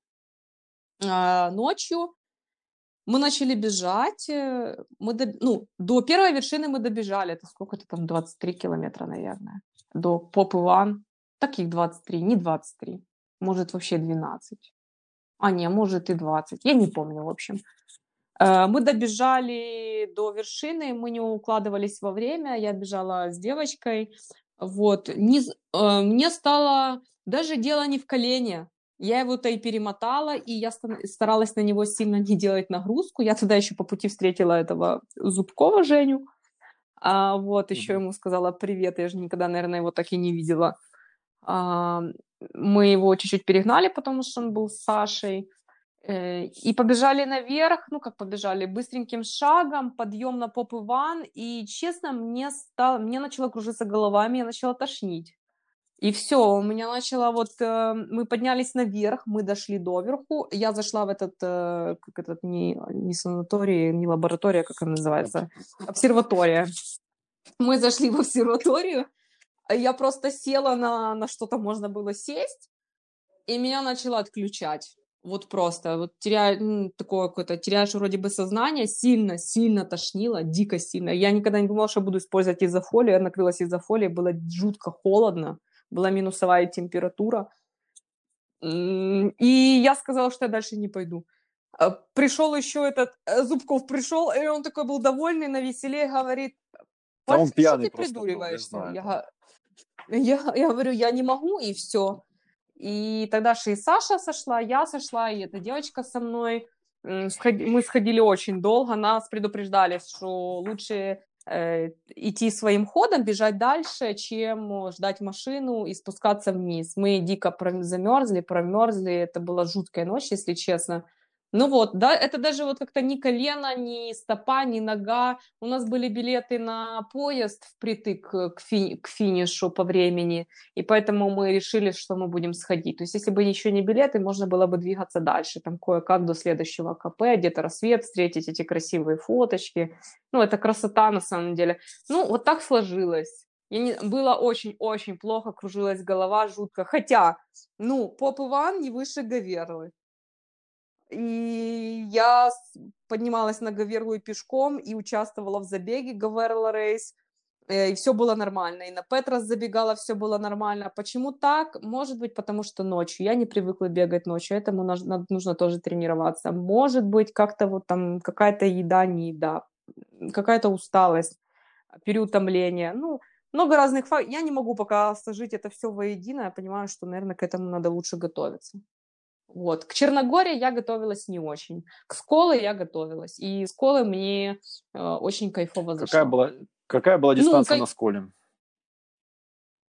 а, ночью, мы начали бежать, э, мы доб- ну, до первой вершины мы добежали, это сколько-то там, двадцать три километра, наверное, до Поп Иван, таких двадцать три, не двадцать три, может вообще двенадцать, а не, может и двадцать, я не помню, в общем. Э, Мы добежали до вершины, мы не укладывались во время, я бежала с девочкой, вот, не з- э, мне стало, даже дело не в колене, я его-то и перемотала, и я ста- старалась на него сильно не делать нагрузку, я тогда еще по пути встретила этого Зубкова Женю, а, вот, еще Мгм. ему сказала привет, я же никогда, наверное, его так и не видела. А, Мы его чуть-чуть перегнали, потому что он был с Сашей, Э, и побежали наверх, ну, как побежали, быстреньким шагом, подъем на Поп Иван, и, честно, мне стало, мне начала кружиться голова, меня начало тошнить. И все, у меня начало вот, э, мы поднялись наверх, мы дошли доверху, я зашла в этот, э, как этот, не, не санаторий, не лаборатория, как она называется, обсерватория. Мы зашли в обсерваторию, а я просто села на, на что-то можно было сесть, и меня начало отключать. Вот просто, вот теряю, м, такое какое-то, теряешь вроде бы сознание, сильно, сильно тошнило, дико сильно. Я никогда не думала, что буду использовать изофолию, я накрылась изофолией, было жутко холодно, была минусовая температура. М, И я сказала, что я дальше не пойду. А, Пришел еще этот, э, Зубков пришел, и он такой был довольный, навеселее, говорит, Да он что пьяный ты просто был, я придуриваешься? знаю Я, это. га- я, я говорю, я не могу, и все. И тогда же и Саша сошла, я сошла, и эта девочка со мной. М, сходи- Мы сходили очень долго, нас предупреждали, что лучше э, идти своим ходом, бежать дальше, чем э, ждать машину и спускаться вниз. Мы дико пром- замерзли, промерзли, это была жуткая ночь, если честно. Ну вот, да, это даже вот как-то ни колено, ни стопа, ни нога. У нас были билеты на поезд впритык э, к, фи- к финишу по времени, и поэтому мы решили, что мы будем сходить. То есть, если бы еще не билеты, можно было бы двигаться дальше, там кое-как до следующего КП, где-то рассвет, встретить эти красивые фоточки. Ну, это красота на самом деле. Ну, вот так сложилось. Я не... Было очень-очень плохо, кружилась голова жутко. Хотя, ну, Поп Иван не выше Говерлы. И я с- поднималась на Говерлу и пешком, и участвовала в забеге Говерла Рейс. Э, и все было нормально. И на Петрос забегала, все было нормально. Почему так? Может быть, потому что ночью. Я не привыкла бегать ночью, этому наж- над- нужно тоже тренироваться. Может быть, как-то вот там какая-то еда, не еда, м, какая-то усталость, переутомление. Ну, много разных факторов. Я не могу пока сложить это все воедино. Я понимаю, что, наверное, к этому надо лучше готовиться. Вот. К Черногории я готовилась не очень. К Сколы я готовилась. И Сколы мне э, очень кайфово Какая зашла. была, какая была Ну, дистанция на кай- сколе?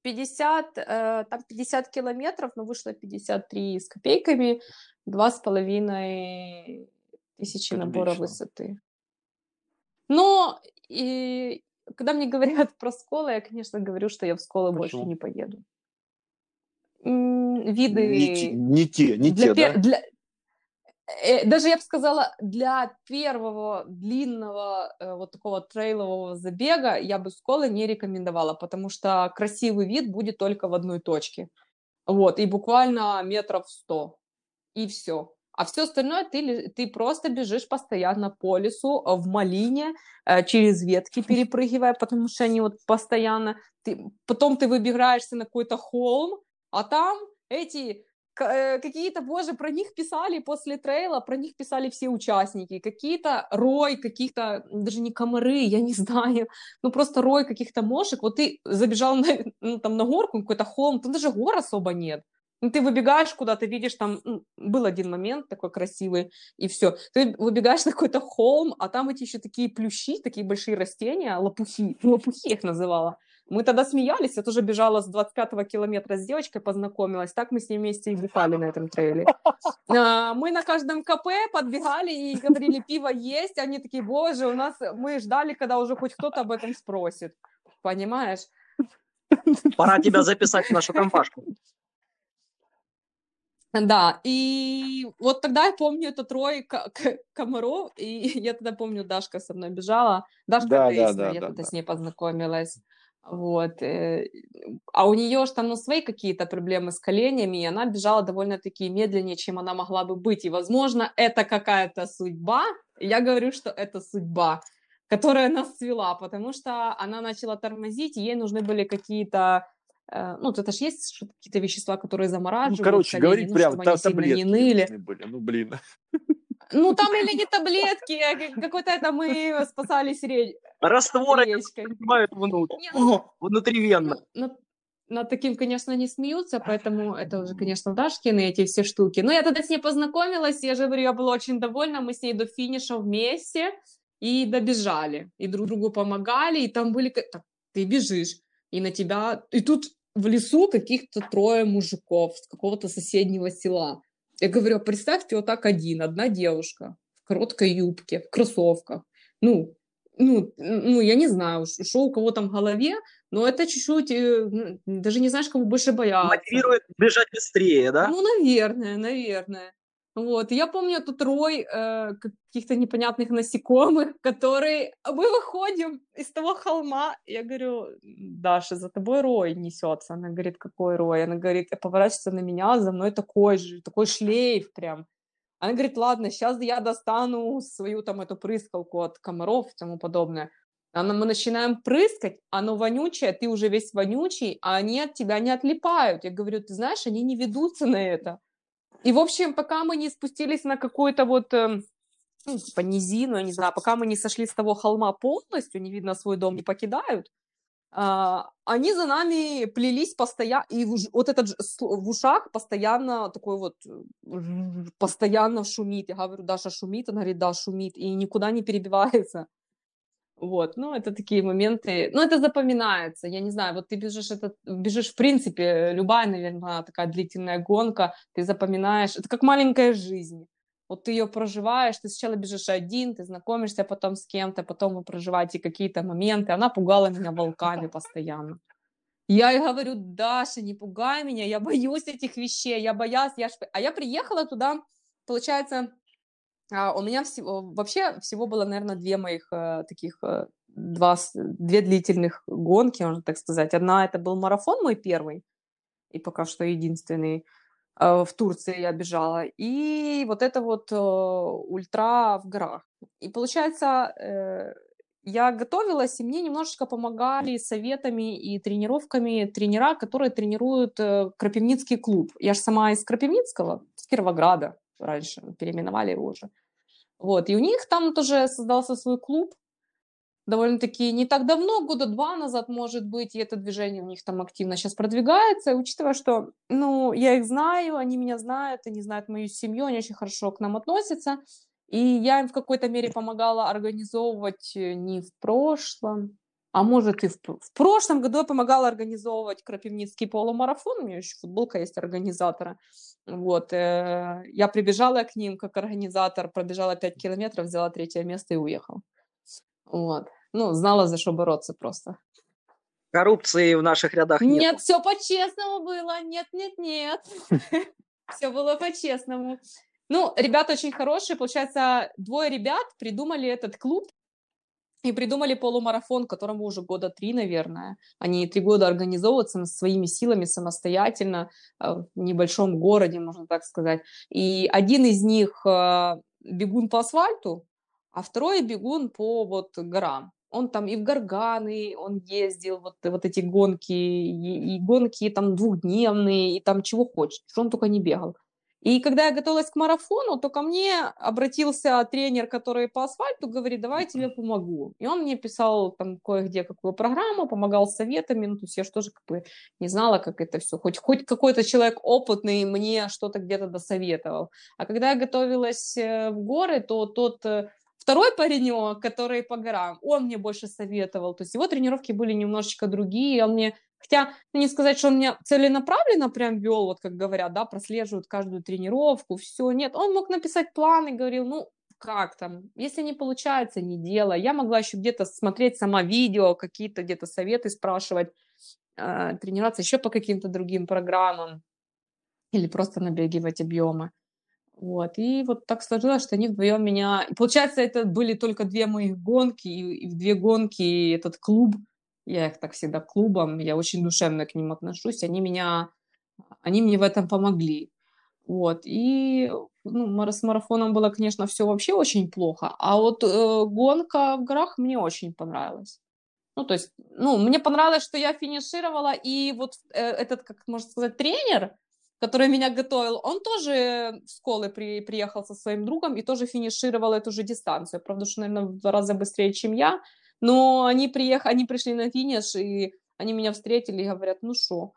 пятьдесят, э, там пятьдесят километров, но вышло пятьдесят три с копейками, два с половиной тысячи набора Прилично. высоты. Но и когда мне говорят про сколы, я, конечно, говорю, что я в сколы больше Почему? не поеду. М, Не, те- Виды не те, не для, те, пе- да? для э, даже я бы сказала, для первого длинного э, вот такого трейлового забега я бы сколы не рекомендовала, потому что красивый вид будет только в одной точке. Вот, и буквально метров сто, и все. А все остальное ты, ле- ты просто бежишь постоянно по лесу, э, в малине, э, через ветки перепрыгивая, потому что они вот постоянно... Ты, потом ты выбираешься на какой-то холм, а там эти к- э, какие-то, боже, про них писали после трейла, про них писали все участники. Какие-то рой, каких-то, даже не комары, я не знаю, ну просто рой каких-то мошек. Вот ты забежал на, ну, там, на горку, какой-то холм, там даже гор особо нет. Ну, ты выбегаешь куда-то, видишь, там ну, был один момент такой красивый, и все. Ты выбегаешь на какой-то холм, а там эти еще такие плющи, такие большие растения, лопухи, ну, лопухи их называла. Мы тогда смеялись, я тоже бежала с двадцать пятого километра с девочкой, познакомилась, так мы с ней вместе и бухали на этом трейле. А, Мы на каждом КП подбегали и говорили, пиво есть, они такие, боже, у нас, мы ждали, когда уже хоть кто-то об этом спросит, понимаешь? Пора тебя записать в нашу компашку. Да, и вот тогда я помню этот рой ко- к- комаров, и я тогда помню, Дашка со мной бежала. Дашка Да, да, Дейсна, да, я да, тогда да. с ней познакомилась. Вот. э, А у нее же там ну, свои какие-то проблемы с коленями, и она бежала довольно-таки медленнее, чем она могла бы быть. И, возможно, это какая-то судьба. Я говорю, что это судьба, которая нас свела, потому что она начала тормозить, и ей нужны были какие-то Э, ну, это ж есть что- какие-то вещества, которые Ну, замораживают короче, колени, говорить ну, прям, чтобы они та- сильно не таблетки ей ныли. нужны были. Ну, блин. Ну, там или не таблетки, а как- какой-то это мы спасались ре- Растворы речкой. принимают внутрь, Не, ну, внутривенно. ну, над, над таким, конечно, не смеются, поэтому это уже, конечно, Дашкины эти все штуки. Но я тогда с ней познакомилась, я же говорю, я была очень довольна, мы с ней до финиша вместе и добежали, и друг другу помогали, и там были... ка- Так, ты бежишь, и на тебя... И тут в лесу каких-то трое мужиков с какого-то соседнего села. Я говорю, а представь, ты вот так один, одна девушка в короткой юбке, в кроссовках. Ну, ну, ну, я не знаю, ш- что у кого там в голове, но это чуть-чуть, э, ну, даже не знаешь, кого больше бояться. Мотивирует бежать быстрее, да? Ну, наверное, наверное. Вот, я помню тут рой э, каких-то непонятных насекомых, которые... а Мы выходим из того холма, я говорю, Даша, за тобой рой несется. Она говорит, какой рой? Она говорит, поворачивается на меня, за мной такой же, такой шлейф прям. Она говорит, ладно, сейчас я достану свою там эту прыскалку от комаров и тому подобное. Она, мы начинаем прыскать, оно вонючее, ты уже весь вонючий, а они от тебя не отлипают. Я говорю, ты знаешь, они не ведутся на это. И, в общем, пока мы не спустились на какую-то вот эм, ну, типа низину, я не знаю, пока мы не сошли с того холма полностью, не видно, свой дом не покидают, а, они за нами плелись постоянно, и в уж- вот этот ж- с- в ушах постоянно такой вот, э, ж- постоянно шумит. Я говорю, Даша шумит, она говорит, да, шумит, и никуда не перебивается. Вот, ну, это такие моменты, ну, это запоминается, я не знаю, вот ты бежишь, это, бежишь, в принципе, любая, наверное, такая длительная гонка, ты запоминаешь, это как маленькая жизнь, вот ты ее проживаешь, ты сначала бежишь один, ты знакомишься потом с кем-то, потом вы проживаете какие-то моменты, она пугала меня волками постоянно. Я ей говорю, Даша, не пугай меня, я боюсь этих вещей, я боялась, я ж... а я приехала туда, получается, а, у меня всего, вообще всего было, наверное, две моих э, таких, э, два, с- две длительных гонки, можно так сказать. Одна это был марафон мой первый, и пока что единственный. э, В Турции я бежала. И вот это вот э, ультра в горах. И получается, э, я готовилась, и мне немножечко помогали советами и тренировками тренера, которые тренируют э, Крапивницкий клуб. Я же сама из Крапивницкого, с Кировограда раньше, переименовали его уже. Вот, и у них там тоже создался свой клуб, довольно-таки не так давно, года два назад, может быть, и это движение у них там активно сейчас продвигается, и учитывая, что, ну, я их знаю, они меня знают, они знают мою семью, они очень хорошо к нам относятся, и я им в какой-то мере помогала организовывать э, не в прошлом, А может, и в, в прошлом году я помогала организовывать Крапивницкий полумарафон. У меня еще футболка есть организатора. Вот. Э, я прибежала к ним как организатор, пробежала пять километров, взяла третье место и уехала. Вот. Ну, знала, за что бороться просто. Коррупции в наших рядах нет. Нет, все по-честному было. Нет, нет, нет. Все было по-честному. Ну, ребята очень хорошие. Получается, двое ребят придумали этот клуб и придумали полумарафон, которому уже года три, наверное. Они три года организовываются своими силами самостоятельно в небольшом городе, можно так сказать. И один из них бегун по асфальту, а второй бегун по вот горам. Он там и в Горганы, он ездил, вот, вот эти гонки, и, и гонки там двухдневные, и там чего хочешь, что он только не бегал. И когда я готовилась к марафону, то ко мне обратился тренер, который по асфальту, говорит, давай я тебе помогу. И он мне писал там кое-где какую программу, помогал с советами, ну, то есть я же тоже как бы не знала, как это все. Хоть, хоть какой-то человек опытный мне что-то где-то досоветовал. А когда я готовилась в горы, то тот второй паренек, который по горам, он мне больше советовал. То есть его тренировки были немножечко другие, он мне... Хотя, ну, не сказать, что он меня целенаправленно прям вел, вот как говорят, да, прослеживают каждую тренировку, все, нет. Он мог написать план и говорил, ну, как там, если не получается, не делай. Я могла еще где-то смотреть сама видео, какие-то где-то советы спрашивать, э, тренироваться еще по каким-то другим программам или просто набегивать объемы. Вот, и вот так сложилось, что они вдвоем меня... И получается, это были только две моих гонки, и, и в две гонки этот клуб, я их так всегда клубом, я очень душевно к ним отношусь, они меня, они мне в этом помогли. Вот, и ну, с марафоном было, конечно, все вообще очень плохо, а вот э, гонка в горах мне очень понравилась. Ну, то есть, ну, мне понравилось, что я финишировала, и вот э, этот, как можно сказать, тренер, который меня готовил, он тоже в школы при, приехал со своим другом и тоже финишировал эту же дистанцию. Правда, что, наверное, в два раза быстрее, чем я, но они приехали, они пришли на финиш, и они меня встретили и говорят, ну что?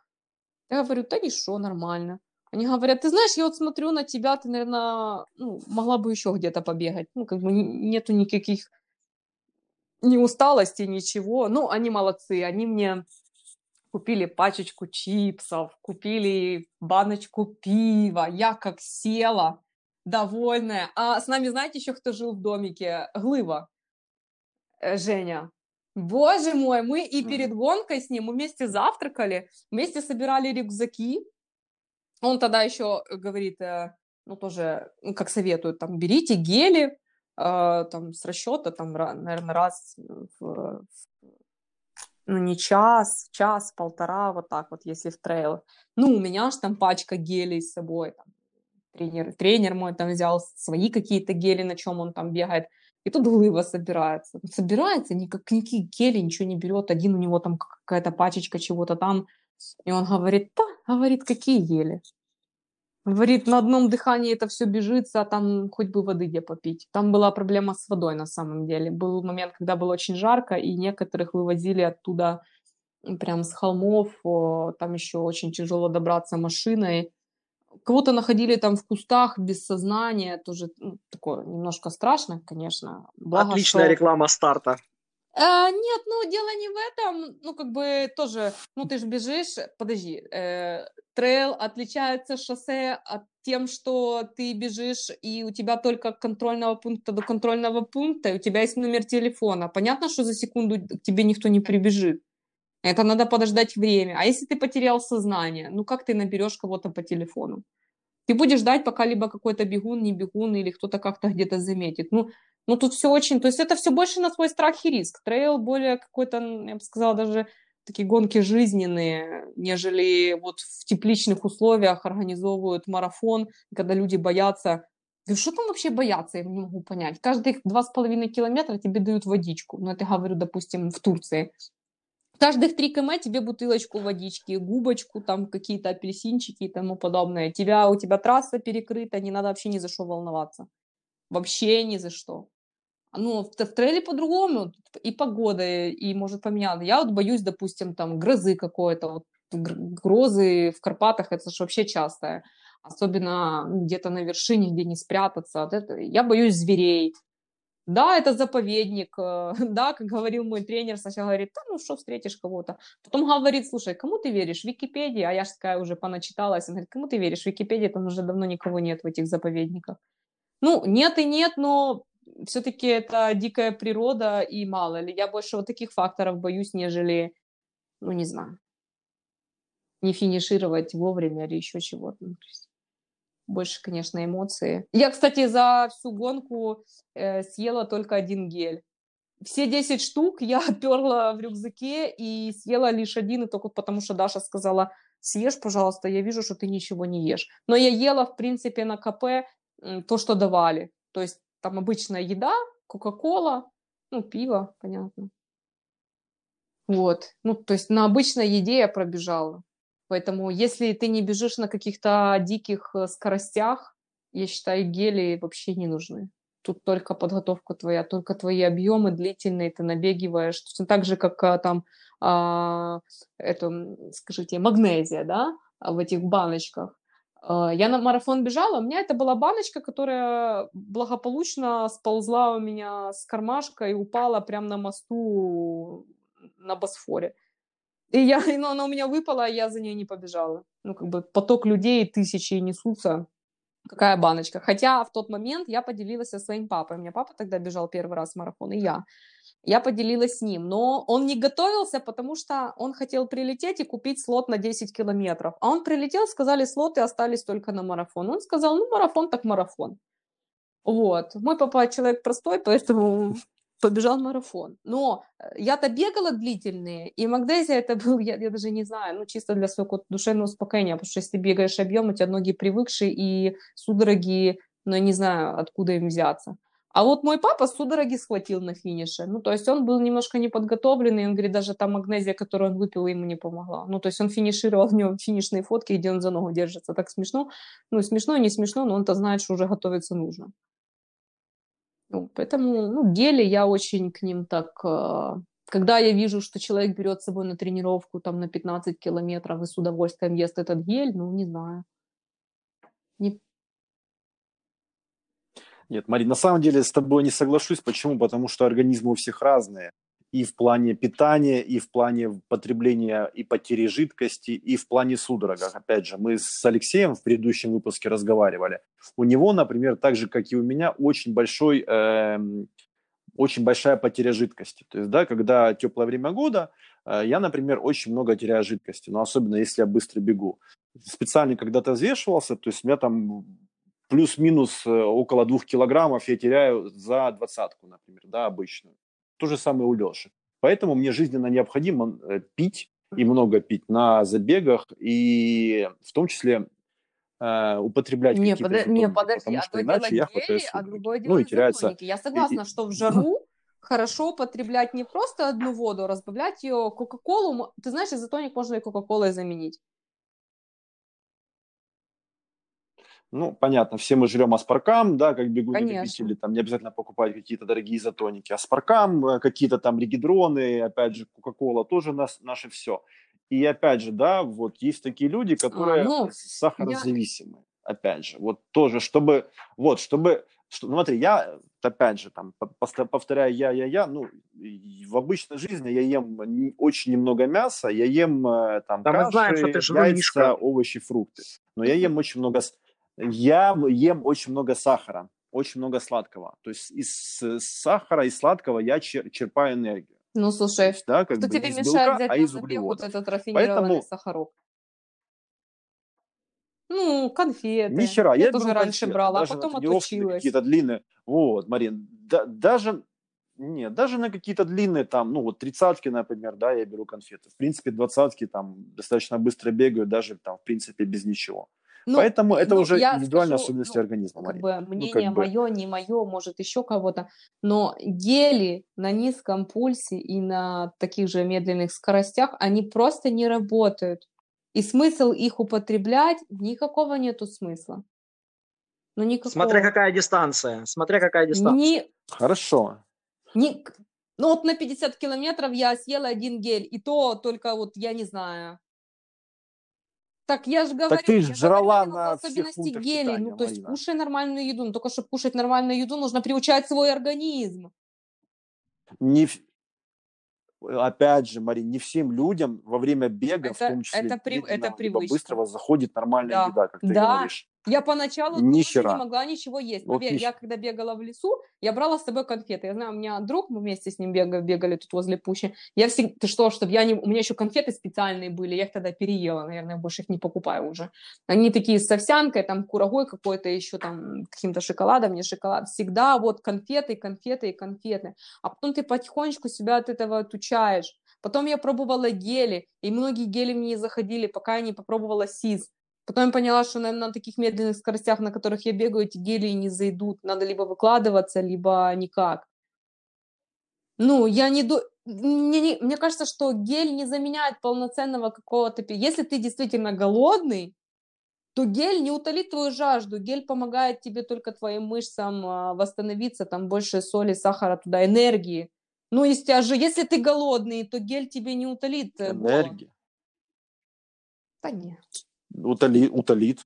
Я говорю, да не шо, нормально. Они говорят, ты знаешь, я вот смотрю на тебя, ты, наверное, ну, могла бы еще где-то побегать. Ну, как бы нету никаких ни усталости, ничего. Ну, они молодцы, они мне купили пачечку чипсов, купили баночку пива. Я как села, довольная. А с нами, знаете, еще кто жил в домике? Глыва, Женя. Боже мой, мы и перед гонкой с ним мы вместе завтракали, вместе собирали рюкзаки. Он тогда еще говорит, ну, тоже, ну, как советуют, там, берите гели, там, с расчета, там, наверное, раз в, ну, не час, час, полтора, вот так вот, если в трейл. Ну, у меня же там пачка гелей с собой, там, тренер, тренер мой там взял свои какие-то гели, на чем он там бегает, и тут Глыва собирается. Собирается, никак, никакие гели, ничего не берет, один у него там какая-то пачечка чего-то там, и он говорит, да, говорит, какие гели? Говорит, на одном дыхании это все бежится, а там хоть бы воды где попить. Там была проблема с водой на самом деле. Был момент, когда было очень жарко, и некоторых вывозили оттуда прям с холмов. Там еще очень тяжело добраться машиной. Кого-то находили там в кустах без сознания. Тоже ну, такое немножко страшно, конечно. Благо, Отличная что... реклама старта. А, нет, ну дело не в этом, ну как бы тоже, ну ты же бежишь, подожди, э, трейл отличается шоссе от тем, что ты бежишь и у тебя только от контрольного пункта до контрольного пункта, и у тебя есть номер телефона. Понятно, что за секунду к тебе никто не прибежит. Это надо подождать время. А если ты потерял сознание, ну как ты наберешь кого-то по телефону? Ты будешь ждать, пока либо какой-то бегун, не бегун, или кто-то как-то где-то заметит. Ну, ну, тут все очень... То есть это все больше на свой страх и риск. Трейл более какой-то, я бы сказала, даже такие гонки жизненные, нежели вот в тепличных условиях организовывают марафон, когда люди боятся. Что там вообще бояться, я не могу понять. Каждых два с половиной километра тебе дают водичку. Ну, это говорю, допустим, в Турции. Каждых три километра тебе бутылочку водички, губочку, там какие-то апельсинчики и тому подобное. Тебя, у тебя трасса перекрыта, не надо вообще ни за что волноваться. Вообще ни за что. Ну, в, в трейле по-другому. И погода, и может поменяться. Я вот боюсь, допустим, там грозы какой-то. Вот, грозы в Карпатах, это же вообще частое. Особенно где-то на вершине, где не спрятаться. Вот это, я боюсь зверей. Да, это заповедник, э, да, как говорил мой тренер, сначала говорит, да, ну что встретишь кого-то. Потом говорит, слушай, кому ты веришь, Википедии? А я же такая уже поначиталась. Он говорит, кому ты веришь, Википедии, там уже давно никого нет в этих заповедниках. Ну, нет и нет, но все-таки это дикая природа, и мало ли. Я больше вот таких факторов боюсь, нежели, ну, не знаю, не финишировать вовремя или еще чего-то. Ну, то есть больше, конечно, эмоции. Я, кстати, за всю гонку э, съела только один гель. Все десять штук я перла в рюкзаке и съела лишь один, и только потому, что Даша сказала, съешь, пожалуйста, я вижу, что ты ничего не ешь. Но я ела, в принципе, на ка пэ м, то, что давали. То есть там обычная еда, кока-кола, ну, пиво, понятно. Вот. Ну, то есть на обычной еде я пробежала. Поэтому если ты не бежишь на каких-то диких э, скоростях, я считаю, гели вообще не нужны. Тут только подготовка твоя, только твои объемы длительные, ты набегиваешь. Точно так же, как а, там, а, это, м, скажите, магнезия, да, а, в этих баночках. А, Я на марафон бежала, у меня это была баночка, которая благополучно сползла у меня с кармашка и упала прямо на мосту на Босфоре. И я, и, ну, она у меня выпала, и я за ней не побежала. Ну, как бы поток людей, тысячи несутся. Какая баночка. Хотя в тот момент я поделилась со своим папой. У меня папа тогда бежал первый раз в марафон, и я. Я поделилась с ним. Но он не готовился, потому что он хотел прилететь и купить слот на десять километров. А он прилетел, сказали, слоты остались только на марафон. Он сказал, ну, марафон так марафон. Вот. Мой папа человек простой, поэтому побежал марафон. Но э, я-то бегала длительные, и Магдезия это был, я, я даже не знаю, ну чисто для своего душевного успокоения, потому что если ты бегаешь объем, у тебя ноги привыкшие и судороги, ну я не знаю, откуда им взяться. А вот мой папа судороги схватил на финише. Ну, то есть он был немножко неподготовленный, он говорит, даже та магнезия, которую он выпил, ему не помогла. Ну, то есть он финишировал, у него финишные фотки, где он за ногу держится. Так смешно. Ну, смешно, не смешно, но он-то знает, что уже готовиться нужно. Ну, поэтому, ну, гели я очень к ним так... э, Когда я вижу, что человек берет с собой на тренировку там на пятнадцать километров и с удовольствием ест этот гель, ну, не знаю. Не... Нет, Марин, на самом деле с тобой не соглашусь. Почему? Потому что организмы у всех разные. И в плане питания, и в плане потребления и потери жидкости, и в плане судорогах. Опять же, мы с Алексеем в предыдущем выпуске разговаривали. У него, например, так же, как и у меня, очень большой, эм, очень большая потеря жидкости. То есть, да, когда теплое время года, э, я, например, очень много теряю жидкости, но особенно если я быстро бегу. Специально когда-то взвешивался, то есть у меня там плюс-минус э, около двух килограммов я теряю за двадцатку, например, да, обычную. То же самое у Леши. Поэтому мне жизненно необходимо э, пить и много пить на забегах, и в том числе э, употреблять Не, какие-то подо- не, изотоники, подожди, потому что одно дело иначе я хватаю гели, а судороги. другое Ну дело и теряется... изотоники. Я и- и- согласна, что в жару хорошо употреблять не просто одну воду, а разбавлять ее кока-колу. мо- Ты знаешь, изотоник можно и кока-колой заменить. Ну, понятно, все мы жрем аспаркам, да, как бегуны-любители, Конечно. там не обязательно покупать какие-то дорогие изотоники. Аспаркам, э, какие-то там регидроны, опять же, кока-кола тоже нас, наше все. И опять же, да, вот есть такие люди, А, которые ну, я... сахарозависимы. Опять же, вот тоже, чтобы, вот, чтобы, что, ну, смотри, я, опять же, там, по- поста- повторяю, я, я, я, ну, и в обычной жизни я ем не- очень немного мяса, я ем э, там Да мы знаем, что ты каши, яйца, жулишка. овощи, фрукты. Но я ем очень много я ем очень много сахара, очень много сладкого. То есть из э, сахара и сладкого я чер- черпаю энергию. Ну, То слушай, есть, да, как что бы тебе не из мешает белка, взять а на из забег вот углеводов. этот рафинированный Поэтому сахарок? Ну, ни конфеты. хера, Я я тоже беру раньше конфеты, брала, а даже на потом тренировки, на отучилась. какие-то длинные. Вот, Марин, да- даже, нет, даже на какие-то длинные там, ну вот тридцатки, например, да, я беру конфеты. В принципе, двадцатки там достаточно быстро бегаю, даже там, в принципе, без ничего. Ну, Поэтому и- это ну, уже я индивидуальные скажу, особенности ну, организма, как Марин. бы Ну, как мнение бы, мое, не мое, может, еще кого-то, но гели на низком пульсе и на таких же медленных скоростях, они просто не работают. И смысл их употреблять, никакого нету смысла. Ну, Смотря никакого. какая дистанция. Смотря какая дистанция. Ни, хорошо. ни, ну, вот на пятьдесят километров я съела один гель, и то только вот, я не знаю, Так я же говорю, Так ты я ж говорю жрала именно по на всех особенности пунктах гелей. питания, Ну, то есть Марина. кушай нормальную еду. Но только чтобы кушать нормальную еду, нужно приучать свой организм. Не, в- опять же, Марин, не всем людям во время бега, в Это, том числе это, при, это медленного либо привычка. быстрого, заходит нормальная Да, еда, как ты да. говоришь. Я поначалу Ни тоже не хера. могла ничего есть. Вот Поверь, ни я хера. когда бегала в лесу, я брала с собой конфеты. Я знаю, у меня друг, мы вместе с ним бегали, бегали тут возле пущи. Я всегда, ты что, чтобы я не... У меня еще конфеты специальные были, я их тогда переела, наверное, больше их не покупаю уже. Они такие с овсянкой, там, курагой какой-то, еще там, каким-то шоколадом, не шоколад. Всегда вот конфеты, конфеты и конфеты. А потом ты потихонечку себя от этого отучаешь. Потом я пробовала гели, и многие гели мне не заходили, пока я не попробовала сиз. Потом я поняла, что, наверное, на таких медленных скоростях, на которых я бегаю, эти гели не зайдут. Надо либо выкладываться, либо никак. Ну, я не... Ду... Мне, не... Мне кажется, что гель не заменяет полноценного какого-то... Если ты действительно голодный, то гель не утолит твою жажду. Гель помогает тебе только твоим мышцам а, восстановиться, там больше соли, сахара туда, энергии. Ну, если, же, если ты голодный, то гель тебе не утолит э, голод. Энергия. Да нет. Утоли, утолит.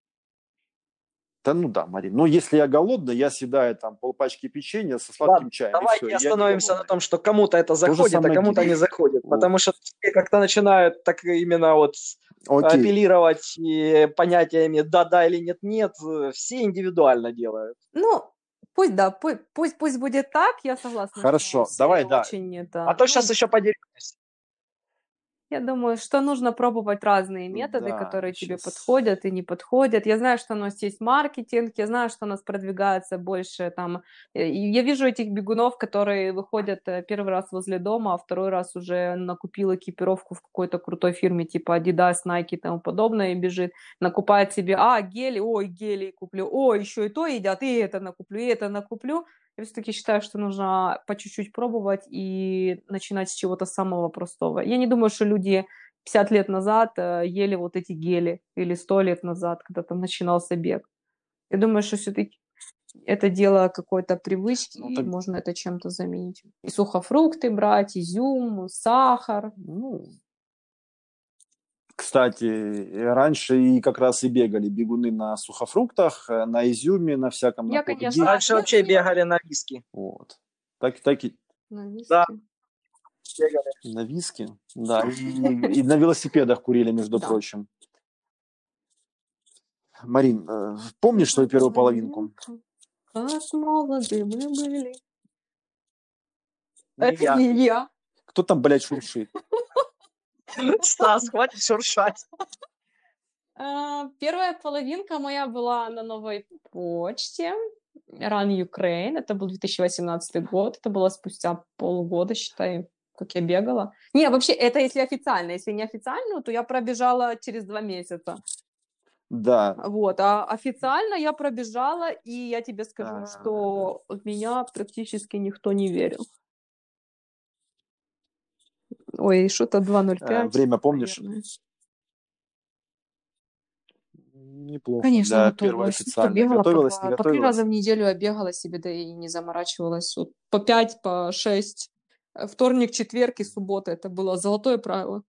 Да ну да, Марин. Ну, если я голодный, я съедаю там полпачки печенья со сладким Ладно, чаем, и давайте все, и я не остановимся на голодный. том, что кому-то это То же заходит, а самое кому-то гель. не заходит. Вот. Потому что все как-то начинают так именно вот Окей. апеллировать и понятиями да-да или нет-нет. Все индивидуально делают. Ну, пусть, да, пусть, пусть, пусть будет так, я согласна, Хорошо, что давай, все да. очень это... А то ну, сейчас еще поделитесь. я думаю, что нужно пробовать разные методы, Да, которые тебе сейчас. подходят и не подходят. Я знаю, что у нас есть маркетинг, я знаю, что у нас продвигается больше там... э, и Я вижу этих бегунов, которые выходят э, первый раз возле дома, а второй раз уже накупил экипировку в какой-то крутой фирме, типа Adidas, Nike и тому подобное, и бежит, накупает себе, а, гели, ой, гели куплю, ой, еще и то едят, и это накуплю, и это накуплю. Я все-таки считаю, что нужно по чуть-чуть пробовать и начинать с чего-то самого простого. Я не думаю, что люди пятьдесят лет назад э, ели вот эти гели или сто лет назад, когда там начинался бег. Я думаю, что все-таки это дело какой-то привычки, Ну, и так, можно это чем-то заменить. И сухофрукты брать, изюм, сахар. ну, кстати, э, раньше и как раз и бегали бегуны на сухофруктах, э, на изюме, на всяком, на Я, конечно, полуди. Раньше я, вообще я бегали на виски. Вот. Так, так и на Да, виски. бегали. на виски, да, и, и на велосипедах курили, между Да. прочим. Марин, э, помнишь свою первую половинку? Как молоды мы были. Не Это я. не я. Кто там, блядь, шуршит? Стас, хватит шуршать. А, Первая половинка моя была на новой почте. Run Ukraine. Это был две тысячи восемнадцатый год. Это было спустя полгода, считай, как я бегала. Не, вообще, это если официально. Если не официально, то я пробежала через два месяца. Да. Вот. А официально я пробежала, и я тебе скажу, А, что в меня практически никто не верил. Ой, что-то два ноль э, пять, время помнишь? наверное. Неплохо Конечно, для первой готовилась. Ну, официальной. побегала по Готовилась, не два, по три раза готовилась? в неделю я бегала себе, да и не заморачивалась. Вот по пять, по шесть. Э, Вторник, четверг и суббота. Это было золотое правило.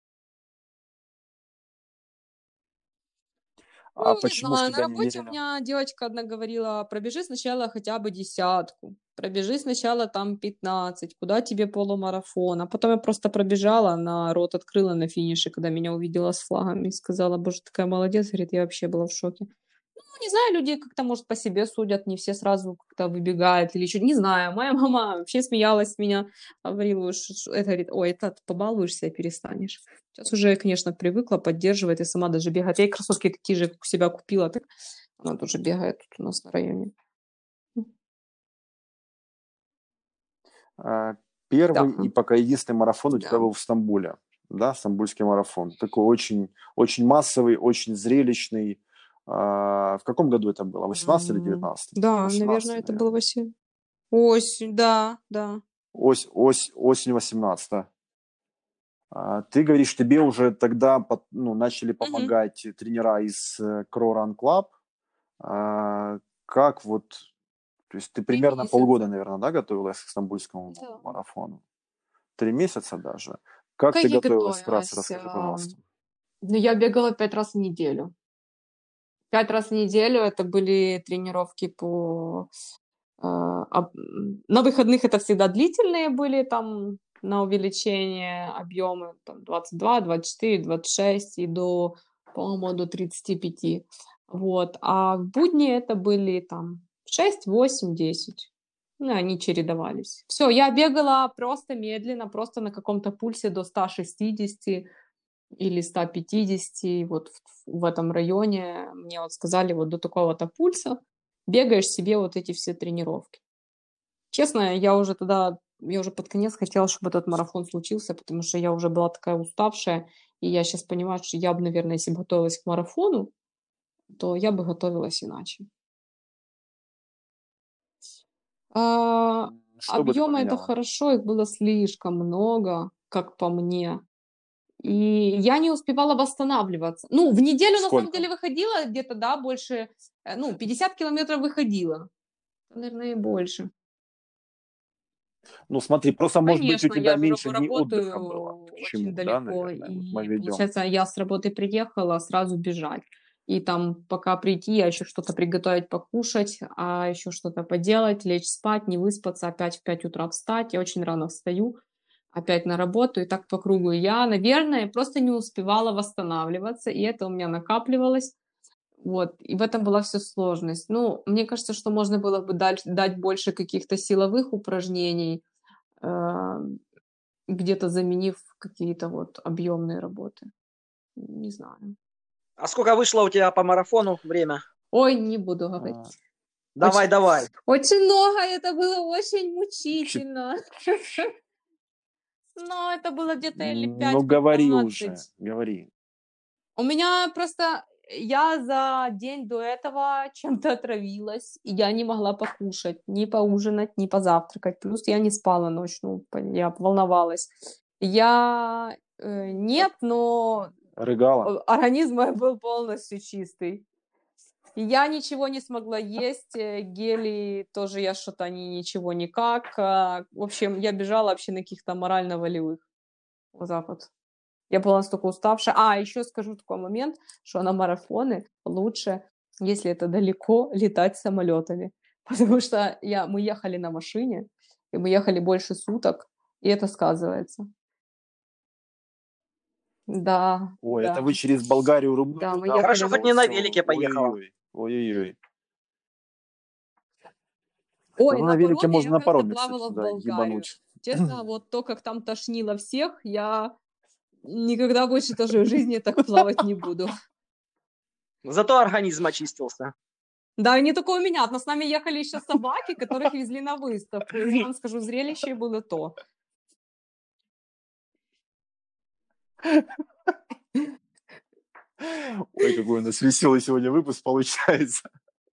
А Ну, не почему в знаю, на тебя не работе у верили? меня девочка одна говорила, пробежи сначала хотя бы десятку, пробежи сначала там пятнадцать, куда тебе полумарафон. А потом я просто пробежала, она рот открыла на финише, когда меня увидела с флагом и сказала, боже, такая молодец, говорит, я вообще была в шоке. Ну, не знаю, люди как-то, может, по себе судят, не все сразу как-то выбегают или что, не знаю. Моя мама вообще смеялась с меня, говорила, ш- ш- это, говорит, ой, это ты побалуешься и перестанешь. Сейчас уже, конечно, привыкла, поддерживает, и сама даже бегает. Я ей кроссовки такие же, как у себя купила, так она тоже бегает тут у нас на районе. А, Первый Да, и пока единственный марафон у тебя да. был в Стамбуле, да, стамбульский марафон. Такой очень, очень массовый, очень зрелищный. А, В каком году это было? восемнадцатый или М, девятнадцатый? Да, наверное, восемнадцатый, это было наверное. осень. Осень, да, да. Ось, ось, осень восемнадцатого. А, Ты говоришь, тебе уже тогда под- ну, начали Мгм. помогать тренера из э, Crow Run Club. А, Как вот, то есть ты Три примерно полгода, месяца. наверное, да, готовилась к стамбульскому Да. марафону? Три месяца даже. Как Как ты я готовилась? Вкратце готовилась? расскажи, а, пожалуйста. Ну, я бегала пять раз в неделю. пять раз в неделю это были тренировки по, э, об м, на выходных это всегда длительные были, там, на увеличение объема, там, двадцать два, двадцать четыре, двадцать шесть и до, по-моему, до тридцати пяти. Вот, а в будни это были, там, шесть, восемь, десять. Ну, они чередовались. Всё, я бегала просто медленно, просто на каком-то пульсе до ста шестидесяти или ста пятидесяти. Вот в в этом районе мне вот сказали: "Вот до такого-то пульса бегаешь себе вот эти все тренировки". Честно, я уже тогда, я уже под конец хотела, чтобы этот марафон случился, потому что я уже была такая уставшая. И я щас понимаю, что я бы, наверное, если бы готовилась к марафону, то я бы готовилась иначе. А, М, что бы ты объемы- это поменяла? хорошо, их было слишком много, как по мне. И я не успевала восстанавливаться. Ну, в неделю на самом Сколько? деле выходила где-то, да, больше, э, ну, пятьдесят километров выходила. Наверное, и больше. Ну, смотри, просто, может быть, у Конечно, тебя я же меньше рабо дней отдыха было. работаю очень Почему, да, далеко, наверное? Вот мы и ведем. получается, я с работы приехала, сразу бежать. И там пока прийти, а еще что-то приготовить покушать, а еще что-то поделать, лечь спать, не выспаться, опять в пять утра встать. Я очень рано встаю, опять на работу, и так по кругу. Я, наверное, просто не успевала восстанавливаться, и это у меня накапливалось. Вот, и в этом была вся сложность. Ну, мне кажется, что можно было бы дальш дать больше каких-то силовых упражнений, э, где-то заменив какие-то вот объемные работы. Не знаю. А сколько вышло у тебя по марафону время? Ой, не буду говорить. А, Очень Давай, давай. очень много, это было очень чет мучительно. Но это было где-то или М, ну, пять говори уже, пятнадцать. говори. У меня просто я за день до этого чем-то отравилась, и я не могла покушать, ни поужинать, ни позавтракать. Плюс я не спала ночь, ну, пон я волновалась. Я, э, нет, но Рыгала? о организм мой был полностью чистый. И я ничего не смогла есть, э, гели тоже я что-то они ничего никак. А, в общем, я бежала вообще на каких-то морально-волевых. Вот так вот. Я была настолько уставшая. А, еще скажу такой момент, что на марафоны лучше, если это далеко, летать самолетами. Потому что я мы ехали на машине, и мы ехали больше суток, и это сказывается. Да, Ой, это вы да. через Болгарию, Да, Румынию, мы да, вот ехали Хорошо, это хоть на не вот на всё? велике поехала. Ой-ой-ой, ой-ой-ой. Да, Ой, ну, на велике наоборот, можно я на как-то пароме, кстати, плавала в туда Болгарию. ебануть. Честно, вот то, как там тошнило всех, я никогда больше тоже в жизни так плавать не буду. Зато организм очистился. Да, и не только у меня, но с нами ехали еще собаки, которых везли на выставку. И я вам скажу, зрелище было то. Ой, какой у нас веселый сегодня выпуск получается.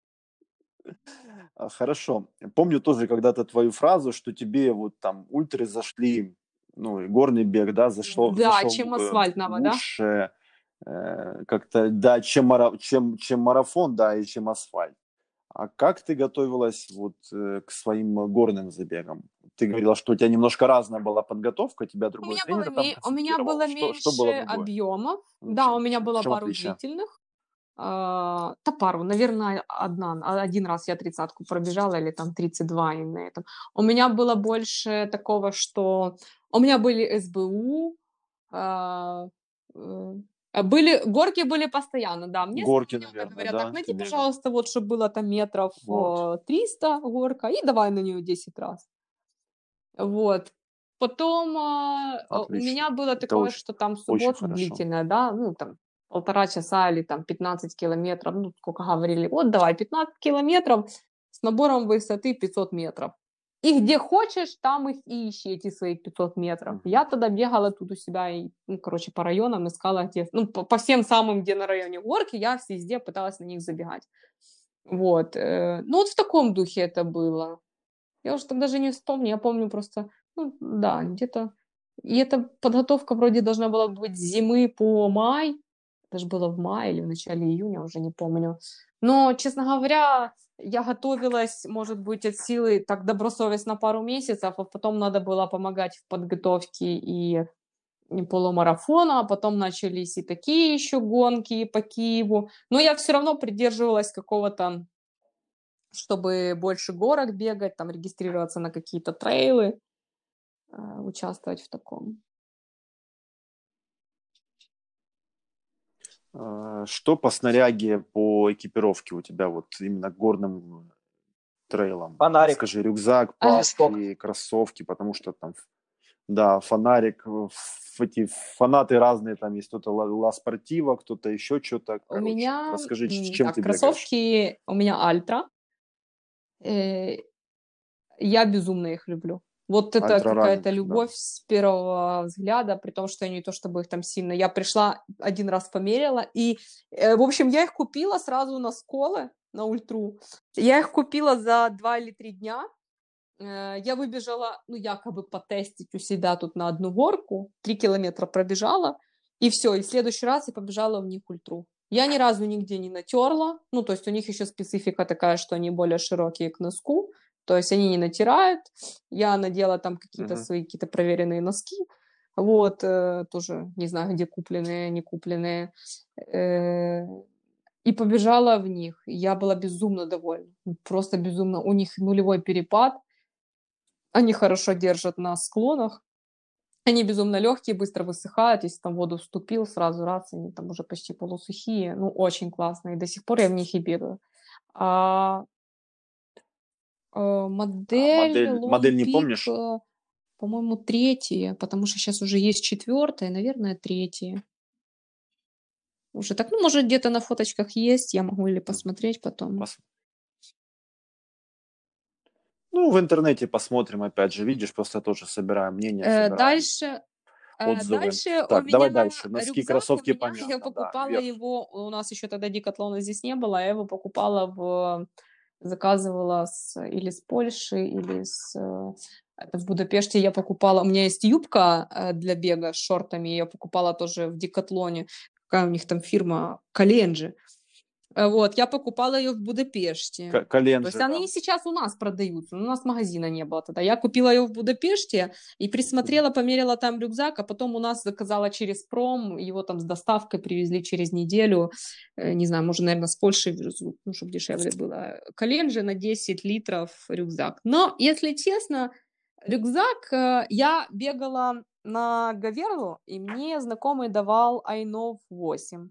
А, хорошо. Помню тоже когда-то твою фразу, что тебе вот там ультры зашли, ну, и горный бег, да, зашло Да, зашел, чем э, асфальтного, да? лучше, э, как-то, да, чем мара чем чем марафон, да, и чем асфальт. А как ты готовилась вот, э, к своим э, горным забегам? Ты говорила, что у тебя немножко разная была подготовка, тебя У другой меня тренер было там ме у меня консультировал. было Что что было меньше другое? объемов. Ну, Да, у чем меня чем в было чем пару отличие? длительных. А, да пару, наверное, одна. А, один раз я тридцатку пробежала или там тридцать два и на этом. У меня было больше такого, что у меня были СБУ, а, э, а, были горки были постоянно, да. Мне Горки, звонят и наверное, говорят: "Так, да, ты найди, бегала? пожалуйста, вот чтоб было там метров, Вот. э, триста горка, и давай на нее десять раз". Вот. Потом, а, э, у Отлично. меня было Это такое, очень что там очень суббота хорошо. длительная, да, ну, там полтора часа или там пятнадцать километров, ну, сколько говорили: "Вот давай пятнадцать километров с набором высоты пятьсот метров. И где хочешь, там их и ищи, эти свои пятьсот метров". Мгм. Я тогда бегала тут у себя и, ну, короче, по районам искала те, ну, по по всем самым, где на районе горки, я везде пыталась на них забегать. Вот, э, ну, вот в таком духе это было. Я уже так даже не вспомню. Я помню просто, ну да, где-то. И эта подготовка вроде должна была быть с зимы по май. Это ж было в мае или в начале июня, уже не помню. Но, честно говоря, я готовилась, может быть, от силы так добросовестно пару месяцев, а потом надо было помогать в подготовке и полумарафона, а потом начались и такие еще гонки по Киеву. Но я все равно придерживалась какого-то, чтобы больше горок бегать, там регистрироваться на какие-то трейлы, э, участвовать в таком. А, Что по снаряге, по экипировке у тебя вот именно к горным трейлам? Фонарик. Скажи, рюкзак, А, палки, кроссовки, потому что там, да, фонарик, ф- эти фанаты разные, там есть кто-то ла, ла спортива, кто-то еще что-то, У короче. меня, Расскажи, ч- м, чем так, ты бегаешь? кроссовки у меня Альтра. Э, Я безумно их люблю. Вот это Ультра какая-то раннинг, да. любовь с первого взгляда, при том, что я не то чтобы их там сильно. Я пришла один раз померила, и, э, в общем, я их купила сразу на сколы, на ультру. Я их купила за два или три дня. Э, Я выбежала, ну, якобы потестить у себя тут на одну горку, три километра пробежала, и все, и в следующий раз я побежала в них ультру. Я ни разу нигде не натерла, ну, то есть у них еще специфика такая, что они более широкие к носку, то есть они не натирают. Я надела там какие-то Мгм. свои какие-то проверенные носки, вот, э, тоже не знаю, где купленные, не купленные, э, и побежала в них. Я была безумно довольна, просто безумно. У них нулевой перепад, они хорошо держат на склонах. Они безумно легкие, быстро высыхают. Если там в воду вступил, сразу раз, они там уже почти полусухие. Ну, очень классно. И до сих пор я в них и бегаю. А, э, А модель модель, Long модель не Peak, помнишь? э, по-моему, третья, потому что сейчас уже есть четвертая, наверное, третья. Уже так, ну, может, где-то на фоточках есть, я могу или Мгм. посмотреть потом. Пос- Ну, в интернете посмотрим, опять же, видишь, просто тоже собираем мнение, Э, собираем Дальше Э, отзывы. Дальше у Так, давай меня дальше. Носки, рюкзак, у кроссовки, меня я понятно, да, покупала вверх. его, у нас еще тогда Декатлона здесь не было, я его покупала в, заказывала с, или с Польши, или с, э, это в Будапеште я покупала, у меня есть юбка э, для бега с шортами, я покупала тоже в Декатлоне, какая у них там фирма, Календжи. Э, Вот, я покупала ее в Будапеште. К- То есть Коленджи, да. они и сейчас у нас продаются, но у нас магазина не было тогда. Я купила ее в Будапеште и присмотрела, померила там рюкзак, а потом у нас заказала через пром, его там с доставкой привезли через неделю. Э, Не знаю, может, наверное, с Польши везут, ну, чтобы дешевле было. Коленджи на десять литров рюкзак. Но, если честно, рюкзак, э, я бегала на Гаверлу, и мне знакомый давал Айнов восемь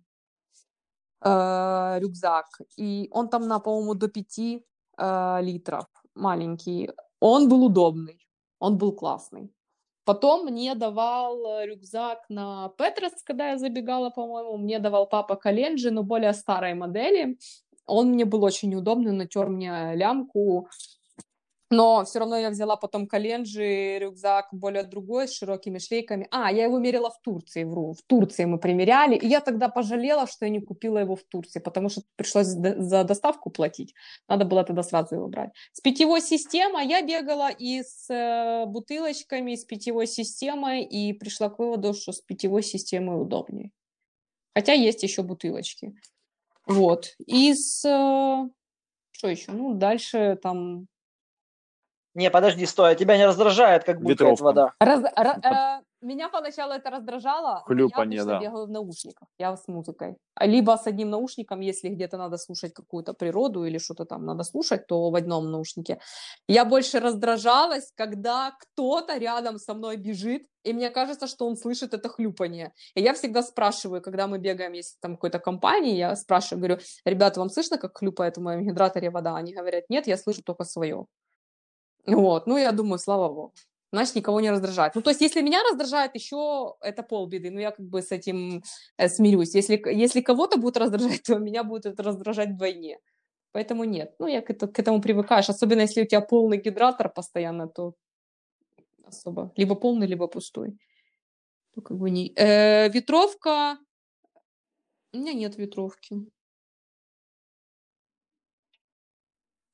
э, рюкзак, и он там на, по-моему, до пяти э, литров, маленький. Он был удобный, он был классный. Потом мне давал э, рюкзак на Петрос, когда я забегала, по-моему, мне давал папа Календжи, но более старой модели. Он мне был очень удобный, натер мне лямку, но все равно я взяла потом Календжи, рюкзак более другой, с широкими шлейками. А, я его мерила в Турции, вру. В Турции мы примеряли. И я тогда пожалела, что я не купила его в Турции, потому что пришлось за доставку платить. Надо было тогда сразу его брать. С питьевой системой я бегала и с э, бутылочками, и с питьевой системой, и пришла к выводу, что с питьевой системой удобнее. Хотя есть еще бутылочки. Вот. И с... Э, что еще? Ну, дальше там... Не, подожди, стой, а тебя не раздражает, как булькает Ветровка. вода? Раз, ра- э, меня поначалу это раздражало, но я Хлюпанье, обычно да. бегаю в наушниках, я с музыкой. А либо с одним наушником, если где-то надо слушать какую-то природу или что-то там надо слушать, то в одном наушнике. Я больше раздражалась, когда кто-то рядом со мной бежит, и мне кажется, что он слышит это хлюпанье. И я всегда спрашиваю, когда мы бегаем, если там какой-то компании, я спрашиваю, говорю, ребята, вам слышно, как хлюпает в моем гидраторе вода? Они говорят, нет, я слышу только свое. Вот, ну, я думаю, слава богу. Значит, никого не раздражает. Ну, то есть, если меня раздражает, еще это полбеды. Ну, я как бы с этим э, смирюсь. Если, если кого-то будет раздражать, то меня будет это раздражать вдвойне. Поэтому нет. Ну, я к, это, к этому привыкаешь. Особенно, если у тебя полный гидратор постоянно, то особо. Либо полный, либо пустой. Ну, как бы не... Э, ветровка... У меня нет ветровки.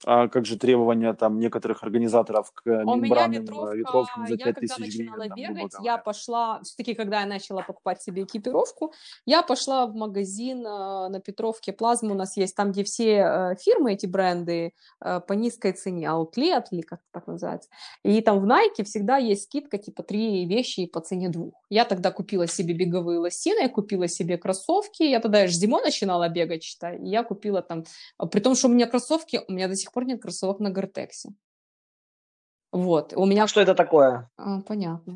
А как же требования там некоторых организаторов к У меня мембранным ветровка, ветровкам за я пять когда тысяч гривен, начинала там, грубо бегать, я говоря? пошла, все-таки когда я начала покупать себе экипировку, я пошла в магазин э, на Петровке, Плазма у нас есть, там, где все э, фирмы, эти бренды э, по низкой цене, Outlet или как так называется. И там в Nike всегда есть скидка, типа три вещи по цене двух. Я тогда купила себе беговые лосины, я купила себе кроссовки, я тогда же зимой начинала бегать, считай, и я купила там, а при том, что у меня кроссовки, у меня до сих пор нет кроссовок на Гортексе. Вот, у меня... Что это такое? А, понятно.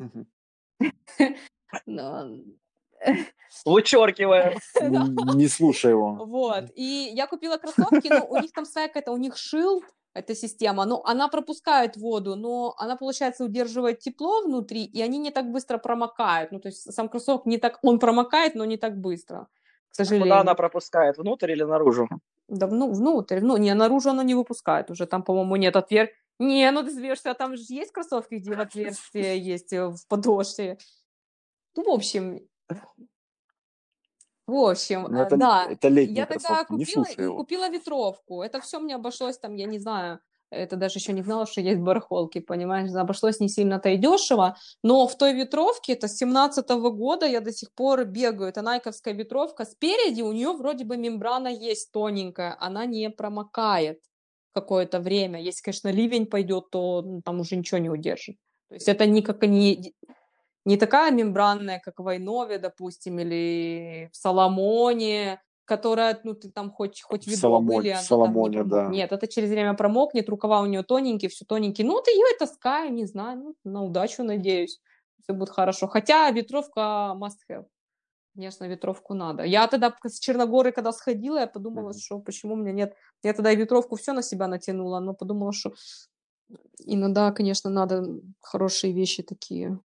Но, Вычеркиваем. да, Не слушай его. вот. И я купила кроссовки, но у них там своя какая-то, у них Shield, эта система, ну, она пропускает воду, но она, получается, удерживает тепло внутри, и они не так быстро промокают. Ну, то есть сам кроссовок не так, он промокает, но не так быстро, к Куда она сожалению. пропускает? Внутрь или наружу? Да, ну, внутрь, ну, не, наружу она не выпускает уже, там, по-моему, нет отвер... Не, ну ты смеешься, а там же есть кроссовки, где в отверстие есть э, в подошве. Ну, в общем, в общем, Ну, э, это, да, это летние я тогда кроссовки, не купила слушай и его. купила ветровку. Это все мне обошлось там, я не знаю, это даже еще не знала, что есть барахолки, понимаешь, обошлось не сильно-то и дешево, но в той ветровке, это с семнадцатого года, я до сих пор бегаю, это найковская ветровка, спереди у нее вроде бы мембрана есть тоненькая, она не промокает какое-то время, если, конечно, ливень пойдет, то ну, там уже ничего не удержит. То есть это никак не, не такая мембранная, как в Войнове, допустим, или в Соломоне, которая, ну, ты там хоть, хоть В ведро Соломоне, выли, в она там не Соломоне, промокнет. да. Нет, это через время промокнет, рукава у нее тоненькие, все тоненькие. Ну, ты ее и таскаю, не знаю, ну, на удачу надеюсь, все будет хорошо. Хотя ветровка must have. Конечно, ветровку надо. Я тогда с Черногоры, когда сходила, я подумала, Мгм. что почему у меня нет... Я тогда и ветровку все на себя натянула, но подумала, что иногда, конечно, надо хорошие вещи такие.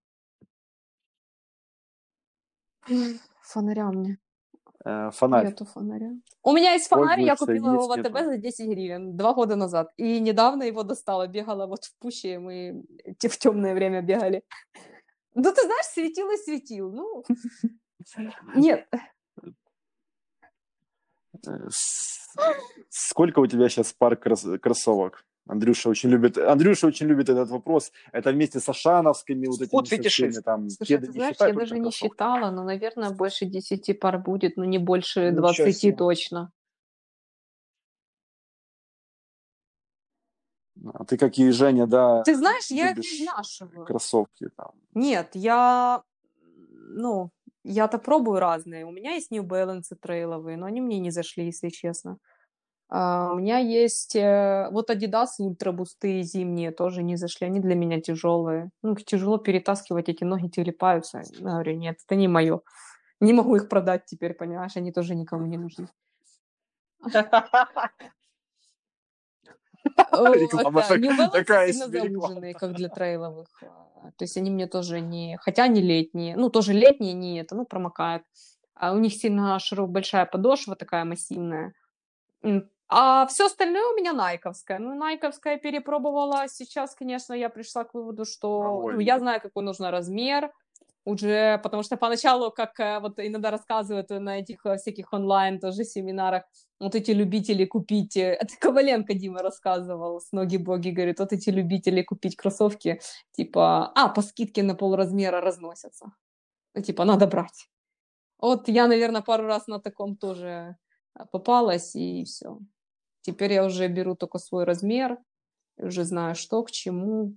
Фонаря мне. Э, фонарь. Нету фонаря. У меня есть фонарь, я Пользуешься, купила его в есть, АТБ нету. за десять гривен два года назад. И недавно его достала, бегала вот в пуще, мы те- в темное время бегали. Да ты знаешь, светил и светил. Ну, нет, Э, с- Сколько у тебя сейчас пар крос- кроссовок? Андрюша очень любит, Андрюша очень любит этот вопрос. Это вместе с ашановскими, вот этими со всеми, Фуд-фетишист. там, слушай, кеды ты не знаешь, считай, я только даже не кроссовки. считала, но, наверное, больше десяти пар будет, но не больше Ничего двадцати себе. точно. А ты, как и Женя, да, Ты знаешь, я их любишь изнашиваю. кроссовки там. Нет, я, ну, я-то пробую разные. У меня есть New Balance трейловые, но они мне не зашли, если честно. А, у меня есть э, вот Adidas ультрабусты зимние, тоже не зашли, они для меня тяжелые. Ну, тяжело перетаскивать, эти ноги телепаются. Я говорю, нет, это не мое. Не могу их продать теперь, понимаешь, они тоже никому не нужны. Вот, Реклама да. так- New Balance такая сильно себе реклама. зауженные, как для трейловых. А, То есть они мне тоже не... Хотя они летние. Ну, тоже летние, не это, ну, промокают. А у них сильно широк, большая подошва такая массивная. М. А все остальное у меня найковское. Ну, найковское перепробовала. Сейчас, конечно, я пришла к выводу, что... Ну, Ой, я знаю, какой нужен размер уже, потому что поначалу, как э, вот иногда рассказывают на этих э, всяких онлайн тоже семинарах, вот эти любители купить... э, Это Коваленко Дима рассказывал с ноги-боги, говорит, вот эти любители купить кроссовки, типа, а, по скидке на полразмера разносятся. Ну, типа, надо брать. Вот я, наверное, пару раз на таком тоже э, попалась, и все. Теперь я уже беру только свой размер, уже знаю, что к чему.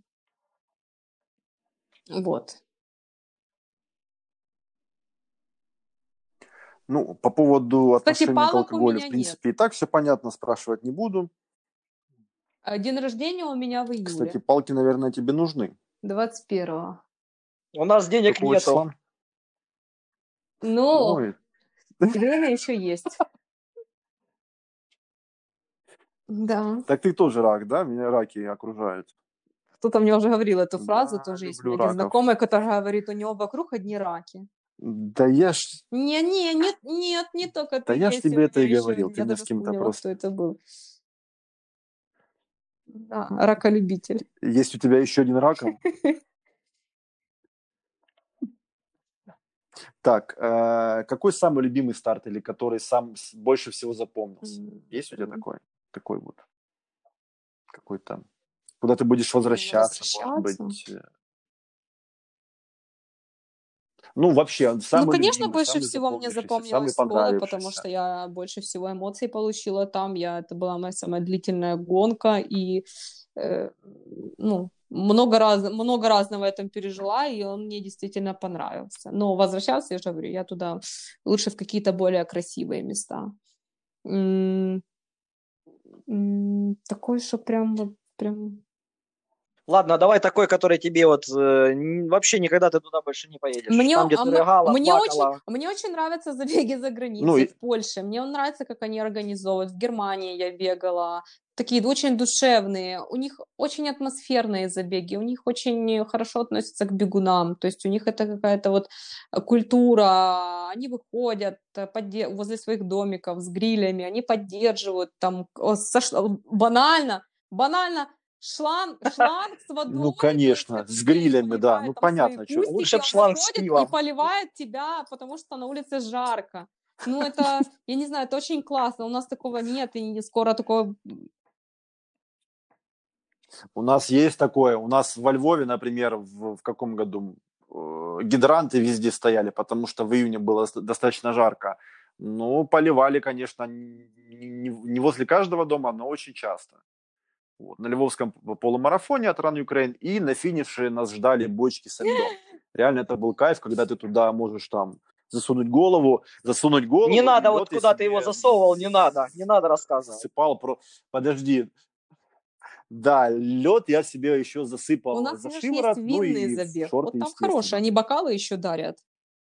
Вот. ну, по поводу Кстати, отношения к палок у алкоголю, в меня нет. принципе, и так все понятно, спрашивать не буду. А день рождения у меня в Кстати, июле, палки, наверное, тебе нужны. двадцать первого. У нас денег Какого нету. числа? Но Ой, время еще есть. Да. так ты тоже рак, да? Меня раки окружают. Кто-то мне уже говорил эту фразу, Да, тоже есть у люблю меня один раков. знакомый, который говорит, у него вокруг одни раки. Да я ж, Не-не, нет, нет, не только да ты, я ж есть у тебе это меня и еще, говорил. Ты я мне даже с кем-то вспомнила, кто просто... это был. Да, раколюбитель. Есть у тебя еще один раком? Так, э, какой самый любимый старт или который сам с- больше всего запомнился? Есть у тебя такой? Такой вот. какой-то, куда ты будешь возвращаться, Возвращаться? может быть. Ну, вообще, Ну, самый конечно, любимый, больше самый всего мне запомнившийся, самый запомнилась школа, потому понравившийся. что я больше всего эмоций получила там. Я, это была моя самая длительная гонка, и э, ну, много, раз, много разного я там пережила, и он мне действительно понравился. Но возвращаться, я же говорю, я туда лучше в какие-то более красивые места. М, м, Такой, что прям вот прям... Ладно, давай такой, который тебе вот э, н- вообще никогда ты туда больше не поедешь. Мне, Там, где а ты м- рыгала, мне, очень, плакала. мне очень нравятся забеги за Ну, границей, и- в Польше. Мне нравится, как они организовывают. В Германии я бегала. Такие очень душевные. У них очень атмосферные забеги. У них очень хорошо относятся к бегунам. То есть у них это какая-то вот э, культура. Они выходят э, подде- возле своих домиков с грилями. Они поддерживают там о, со ш- банально, банально шланг, шланг с ну, водой, то есть конечно, как с Матвеич грилями, да, поливает ну, там свои понятно, что. кустики, Лучше б он шланг с выходит и пивом. поливает тебя, потому что на улице жарко. Ну, это, я не знаю, это очень классно. У нас такого нет, и не скоро такого... У нас есть такое, у нас во Львове, например, в, в каком году э, гидранты везде стояли, потому что в июне было с- достаточно жарко. Ну, поливали, конечно, не, не- не возле каждого дома, но очень часто. Вот, на львовском п- полумарафоне от Run Ukraine, и на финише нас ждали бочки со льдом. Реально это был кайф, когда ты туда можешь там засунуть голову, засунуть Не голову, и надо вот лед я куда ты его себе засовывал, не надо. Не надо рассказывать. засыпал. Про... Подожди, да, лед я себе еще У засыпал нас за же ж есть шиворот, ну винный и в забег. шорты, Вот там хорошие, естественно. они бокалы еще дарят.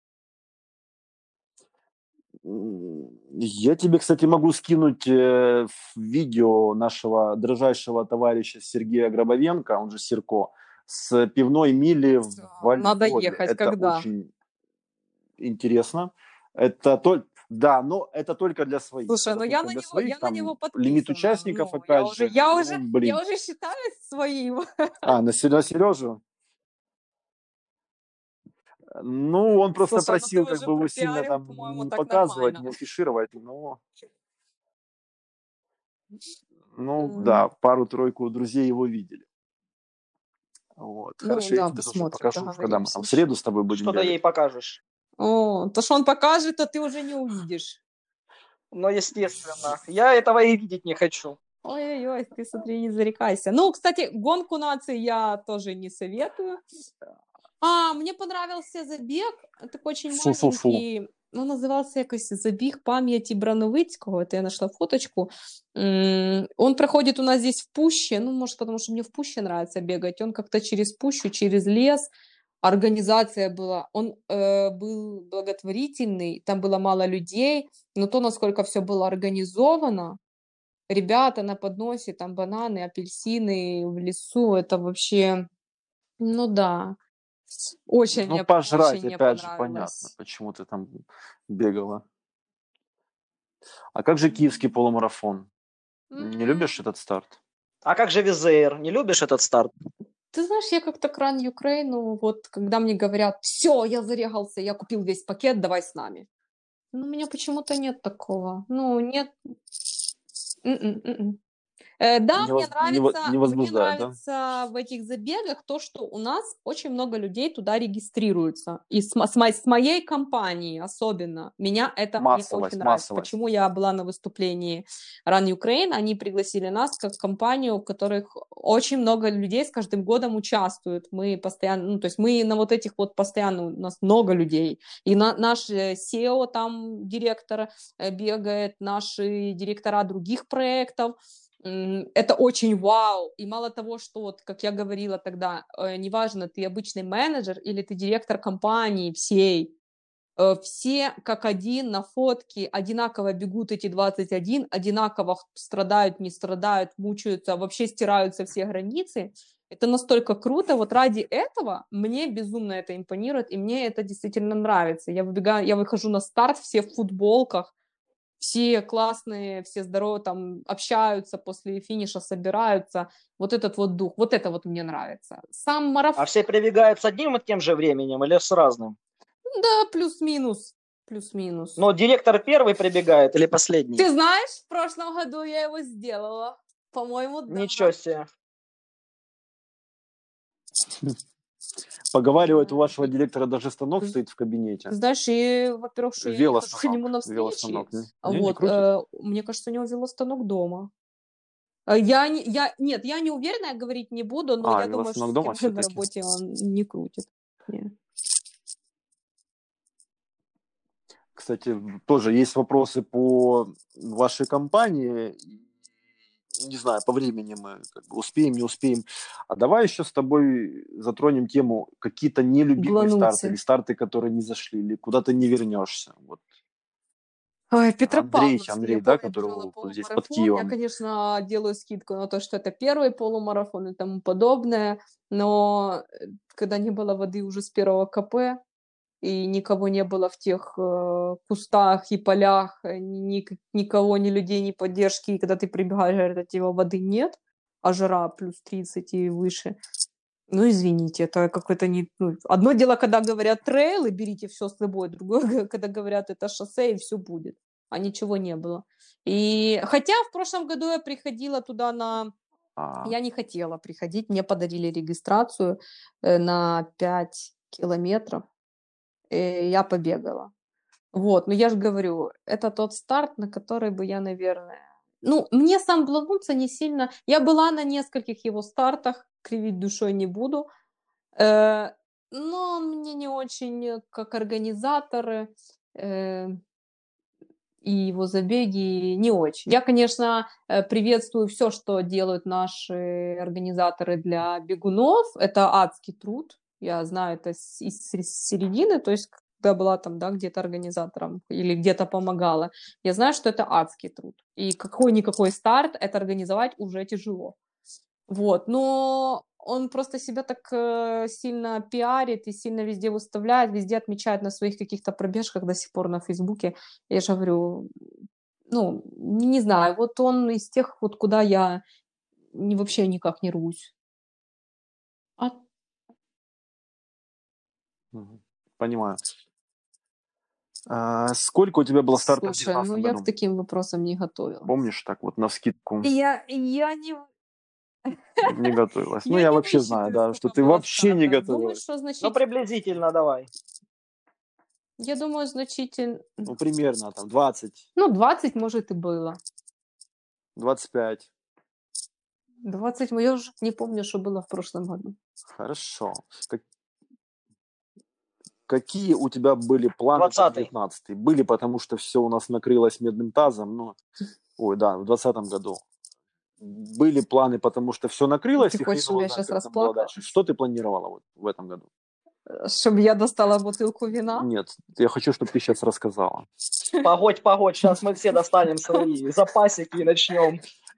М, Я тебе, кстати, могу скинуть э, в видео нашего дрожайшего товарища Сергея Гробовенко, он же Серко, с пивной мили во Надо Львове. ехать, Это когда? очень интересно. Это только... Да, но это только для своих. Слушай, Это ну я только на для него, своих. я на Там него лимит подписана. участников, Ну, я опять уже, же. я Ну, уже, я блин. уже считаюсь своим. А, на Сережу? Ну, он просто Слушай, ну ты просил как уже бы его сильно пропиарил, там по-моему, не так показывать, нормально. не афишировать, но, ну М, да, пару-тройку друзей его видели. Вот. Ну Хорошо, я да, тебе тоже посмотрим, покажу, когда мы там договоримся. в среду с тобой будем Что ты ей бегать. покажешь? О, то, что он покажет, а ты уже не увидишь. Ну, естественно. Я этого и видеть не хочу. Ой-ой-ой, ты смотри, не зарекайся. Ну, кстати, гонку наций я тоже не советую. А, мне понравился забег, такой очень Фу-фу-фу. маленький, ну, назывался якось «Забіг пам'яті Брановицького», это я нашла фоточку. М, Он проходит у нас здесь в Пуще, ну, может, потому что мне в Пуще нравится бегать, он как-то через Пущу, через лес, организация была, он э, был благотворительный, там было мало людей, но то, насколько все было организовано, ребята на подносе, там бананы, апельсины в лесу, это вообще, ну да, очень Ну, мне, п- очень пожрать, мне опять же, понятно, понравилось. почему ты там бегала. А как же киевский полумарафон? Не любишь М, этот старт? А как же Визейр? Не любишь этот старт? Ты знаешь, я как-то к Run Ukraine, ну, вот когда мне говорят, все, я зарегался, я купил весь пакет, давай с нами. Ну, у меня почему-то нет такого. Ну, нет. М-м, м-м. Э, да, Не, мне воз- не, во- нравится, не мне возбуждает, да? нравится в этих забегах то, что у нас очень много людей туда регистрируются. И с, мо- с мо- с моей компании особенно. Меня это мне очень Массовость, нравится. массовость. Почему я была на выступлении Run Ukraine? Они пригласили нас как компанию, в которых очень много людей с каждым годом участвуют. Мы постоянно, ну, то есть мы на вот этих вот постоянно, у нас много людей. И на, наш э, сео там директор э, бегает, наши директора других проектов. М, Это очень вау. И мало того, что, вот, как я говорила тогда, э, неважно, ты обычный менеджер или ты директор компании всей, э, все как один на фотке одинаково бегут эти двадцать один, одинаково х- страдают, не страдают, мучаются, вообще стираются все границы. Это настолько круто. Вот ради этого мне безумно это импонирует, и мне это действительно нравится. Я выбегаю, я выхожу на старт, все в футболках, все классные, все здоровы, там общаются после финиша, собираются. Вот этот вот дух, вот это вот мне нравится. Сам А марафон, все прибегают с одним и тем же временем или с разным? да, плюс-минус, плюс-минус. Но директор первый прибегает или последний? Ты знаешь, в прошлом году я его сделала. По-моему, да. Ничего себе. Поговаривают, у Да. вашего И директора даже станок з- стоит в кабинете. знаешь, и, во-первых, что я не хожу к нему Велостанок. на встречи, Велостанок. Не, а не, не вот, крутит? э, мне кажется, у него велостанок дома. А Я, не, я, нет, я не уверена, я говорить не буду, но А, я думаю, что велостанок с дома кем на все-таки. работе он не крутит. Не. Кстати, тоже есть вопросы по вашей компании. Не знаю, по времени мы как бы успеем, не успеем. А давай еще с тобой затронем тему какие-то нелюбимые старты, или Углануться. старты, которые не зашли, или куда ты не вернешься. Вот Ой, Андрей, Петропавловск, я Андрей, да, помню, который бежала вот здесь под полумарафон. Я, Киевом. конечно, делаю скидку на то, что это первый полумарафон и тому подобное, но э, когда не было воды уже с первого КП, и никого не было в тех э, кустах и полях, э, ни, никого, ни людей, ни поддержки, и когда ты прибегаешь, говорят, этого воды нет, а жара плюс тридцать и выше. Ну, извините, это какое-то не... ну, одно дело, когда говорят трейл, и берите все с собой, другое, когда говорят это шоссе, и все будет. А ничего не было. И хотя в прошлом году я приходила туда на... А, Я не хотела приходить, мне подарили регистрацию э, на пять километров, и я побегала. Вот, но я же говорю, это тот старт, на который бы я, наверное... Ну, мне сам Блануца не сильно... Я была на нескольких его стартах, кривить душой не буду, Э, но мне не очень, э, как организаторы, э, и его забеги не очень. Я, конечно, э, приветствую все, что делают наши организаторы для бегунов. Это адский труд. Я знаю это с из сре середины, то есть когда была там, да, где-то организатором или где-то помогала. Я знаю, что это адский труд. И какой-никакой старт это организовать уже тяжело. Вот, но он просто себя так э, сильно пиарит и сильно везде выставляет, везде отмечает на своих каких-то пробежках до сих пор на Фейсбуке. Я же говорю, ну, не, не знаю, вот он из тех, вот куда я не, вообще никак не рвусь. А, мгм, понимаю. А, сколько у тебя было стартов в слушай, ну девятнадцатом я к году? таким вопросам не готовилась. Помнишь, так вот навскидку Я, я не, не готовилась? Ну, я я не вообще знаю, высчитаю, да, что сколько ты было вообще не стартов. Думаю, готовилась. что Ну, значительно. приблизительно давай. Я думаю, значительно. Ну, примерно там двадцать, Ну, двадцать, может, и было. двадцать пять. двадцать, я уже не помню, что было в прошлом году. Хорошо. Как- Какие у тебя были планы на Двадцатый. девятнадцатый? Были, потому что все у нас накрылось медным тазом, но... Ой, да, в двадцатом году. Были планы, потому что все накрылось, Ты и хочешь, хрен чтобы его я знает, сейчас как там было дальше. расплакалась? Что ты планировала вот в этом году? Чтобы я достала бутылку вина? Нет, я хочу, чтобы ты сейчас рассказала. Погодь, погодь, сейчас мы все достанем свои запасики и начнем.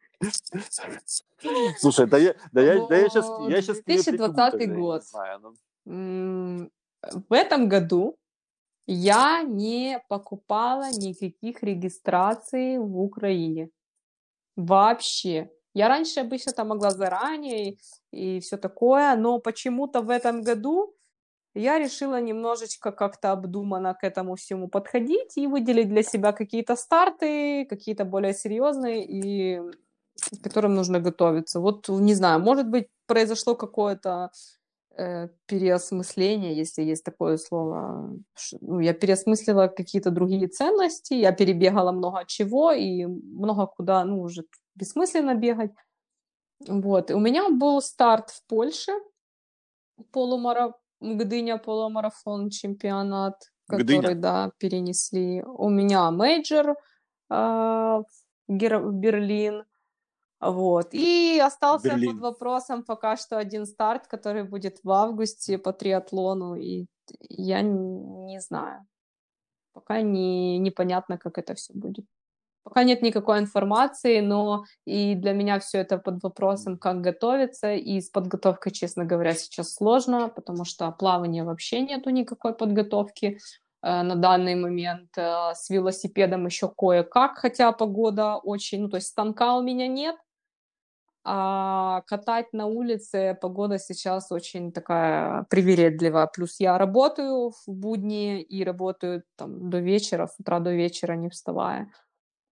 Слушай, да я, да я, да я сейчас, Вот, я сейчас к тебе приду двадцатый тогда, я не год. знаю. Ну, М, В этом году я не покупала никаких регистраций в Украине. Вообще. Я раньше обычно там могла заранее и все такое, но почему-то в этом году я решила немножечко как-то обдуманно к этому всему подходить и выделить для себя какие-то старты, какие-то более серьезные, и к которым нужно готовиться. Вот, не знаю, может быть, произошло какое-то э, переосмысление, если есть такое слово. Ш- Ну, я переосмыслила какие-то другие ценности, я перебегала много чего, и много куда, ну, уже бессмысленно бегать. Вот. И у меня был старт в Польше, полумара... Гдыня полумарафон чемпионат, который, Гдыня. да, перенесли. У меня мейджор а, в Гер- в Берлин. Вот. И остался под Берлин. вопросом пока что один старт, который будет в августе по триатлону. И я н- не знаю. Пока не, непонятно, как это все будет. Пока нет никакой информации, но и для меня все это под вопросом, как готовиться. И с подготовкой, честно говоря, сейчас сложно, потому что плавания вообще нету никакой подготовки э, на данный момент. Э, с велосипедом еще кое-как, хотя погода очень... Ну, то есть станка у меня нет, а катать на улице погода сейчас очень такая привередливая. Плюс я работаю в будни и работаю там до вечера, с утра до вечера не вставая.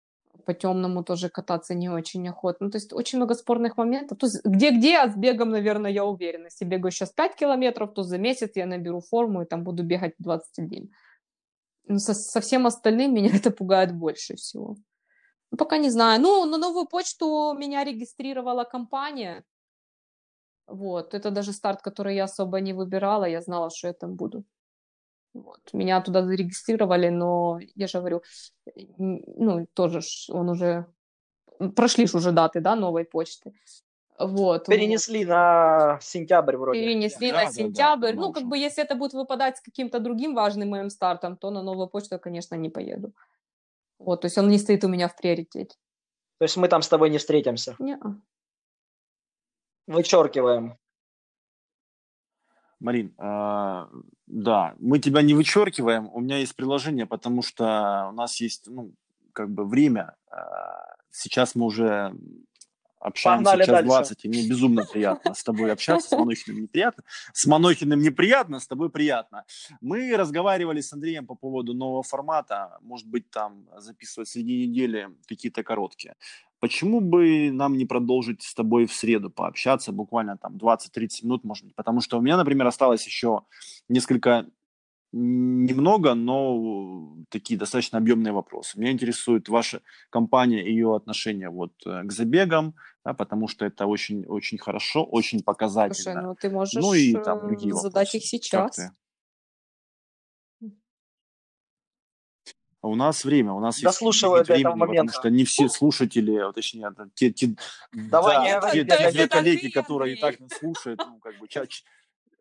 по темному тоже кататься не очень охотно. Ну, то есть очень много спорных моментов. То есть где-где, а с бегом, наверное, я уверена. Если бегаю сейчас пять километров, то за месяц я наберу форму и там буду бегать двадцать один. Ну, со, со всем остальным меня это пугает больше всего. Ну, пока не знаю. Ну, на новую почту меня регистрировала компания. Вот. Это даже старт, который я особо не выбирала. Я знала, что я там буду. Вот. Меня туда зарегистрировали, но я же говорю, ну, тоже ж он уже... Прошли ж уже даты, да, новой почты. Вот. Перенесли вот. На сентябрь вроде. Перенесли да, на да, сентябрь. Да, ну, как бы, если это будет выпадать с каким-то другим важным моим стартом, то на новую почту я, конечно, не поеду. Вот, то есть он не стоит у меня в приоритете. То есть мы там с тобой не встретимся? Не-а. Вычеркиваем. Марин, э, да, мы тебя не вычеркиваем, у меня есть приложение, потому что у нас есть, ну, как бы время. Э, сейчас мы уже общаемся Погнали час дальше. двадцать, и мне безумно приятно с тобой общаться, с Манохиным неприятно. С Манохиным неприятно, с тобой приятно. Мы разговаривали с Андреем по поводу нового формата, может быть, там записывать среди недели какие-то короткие. Почему бы нам не продолжить с тобой в среду пообщаться, буквально там двадцать-тридцать минут, может быть, потому что у меня, например, осталось еще несколько, немного, но такие достаточно объемные вопросы. Меня интересует ваша компания и ее отношение вот к забегам, да, потому что это очень, очень хорошо, очень показательно. Слушай, ну ты можешь ну и там другие задать вопросы. их сейчас. Как ты? У нас время, у нас Дослушиваю есть до времени, этого момента. потому что не все слушатели, точнее, те, те, Давай, да, не те, говори, те говори. две Это коллеги, ты, которые и Андрей. так нас слушают, ну, как бы, ча- ч-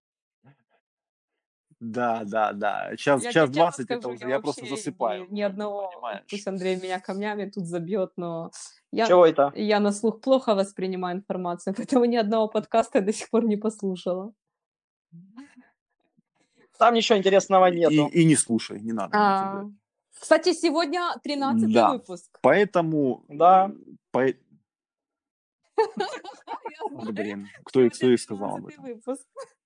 да, да, да, час, Я час тебе честно двадцать, это скажу, уже, я я просто вообще засыпаю, ни, ну, ни как бы, одного, понимаешь? пусть Андрей меня камнями тут забьет, но я, Чего это? я на слух плохо воспринимаю информацию, поэтому ни одного подкаста я до сих пор не послушала. Там ничего интересного И, нету. и не слушай, не надо. не А, тебе. Кстати, сегодня тринадцатый Да, выпуск. поэтому... Да. по- Я знаю, Блин, кто, кто сегодня и сказал об тринадцатый этом? выпуск.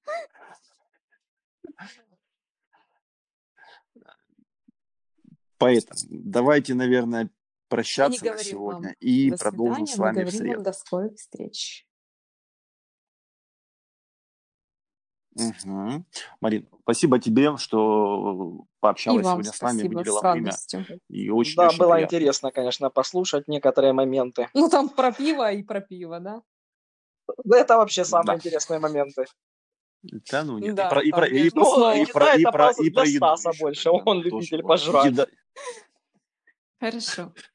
Поэтому давайте, наверное, Мы не прощаться на говорим сегодня вам и до продолжим свидания, с мы вами в говорим вам среду. до скорых встреч. Угу. Марин, спасибо тебе, что И пообщалась вам сегодня с нами, спасибо, с выделила время. радостью. И Да, очень-очень было приятно. интересно, конечно, послушать некоторые моменты. Ну, там про пиво и про пиво, да? Да, это вообще самые Да. интересные моменты. Да, ну нет. И Да, про, и там про, и между про, Ну, слов. и про, еда и это про, просто и про для еду Стаса еще больше, тогда, он ну, тоже любитель важно. пожрать. Еда- Хорошо.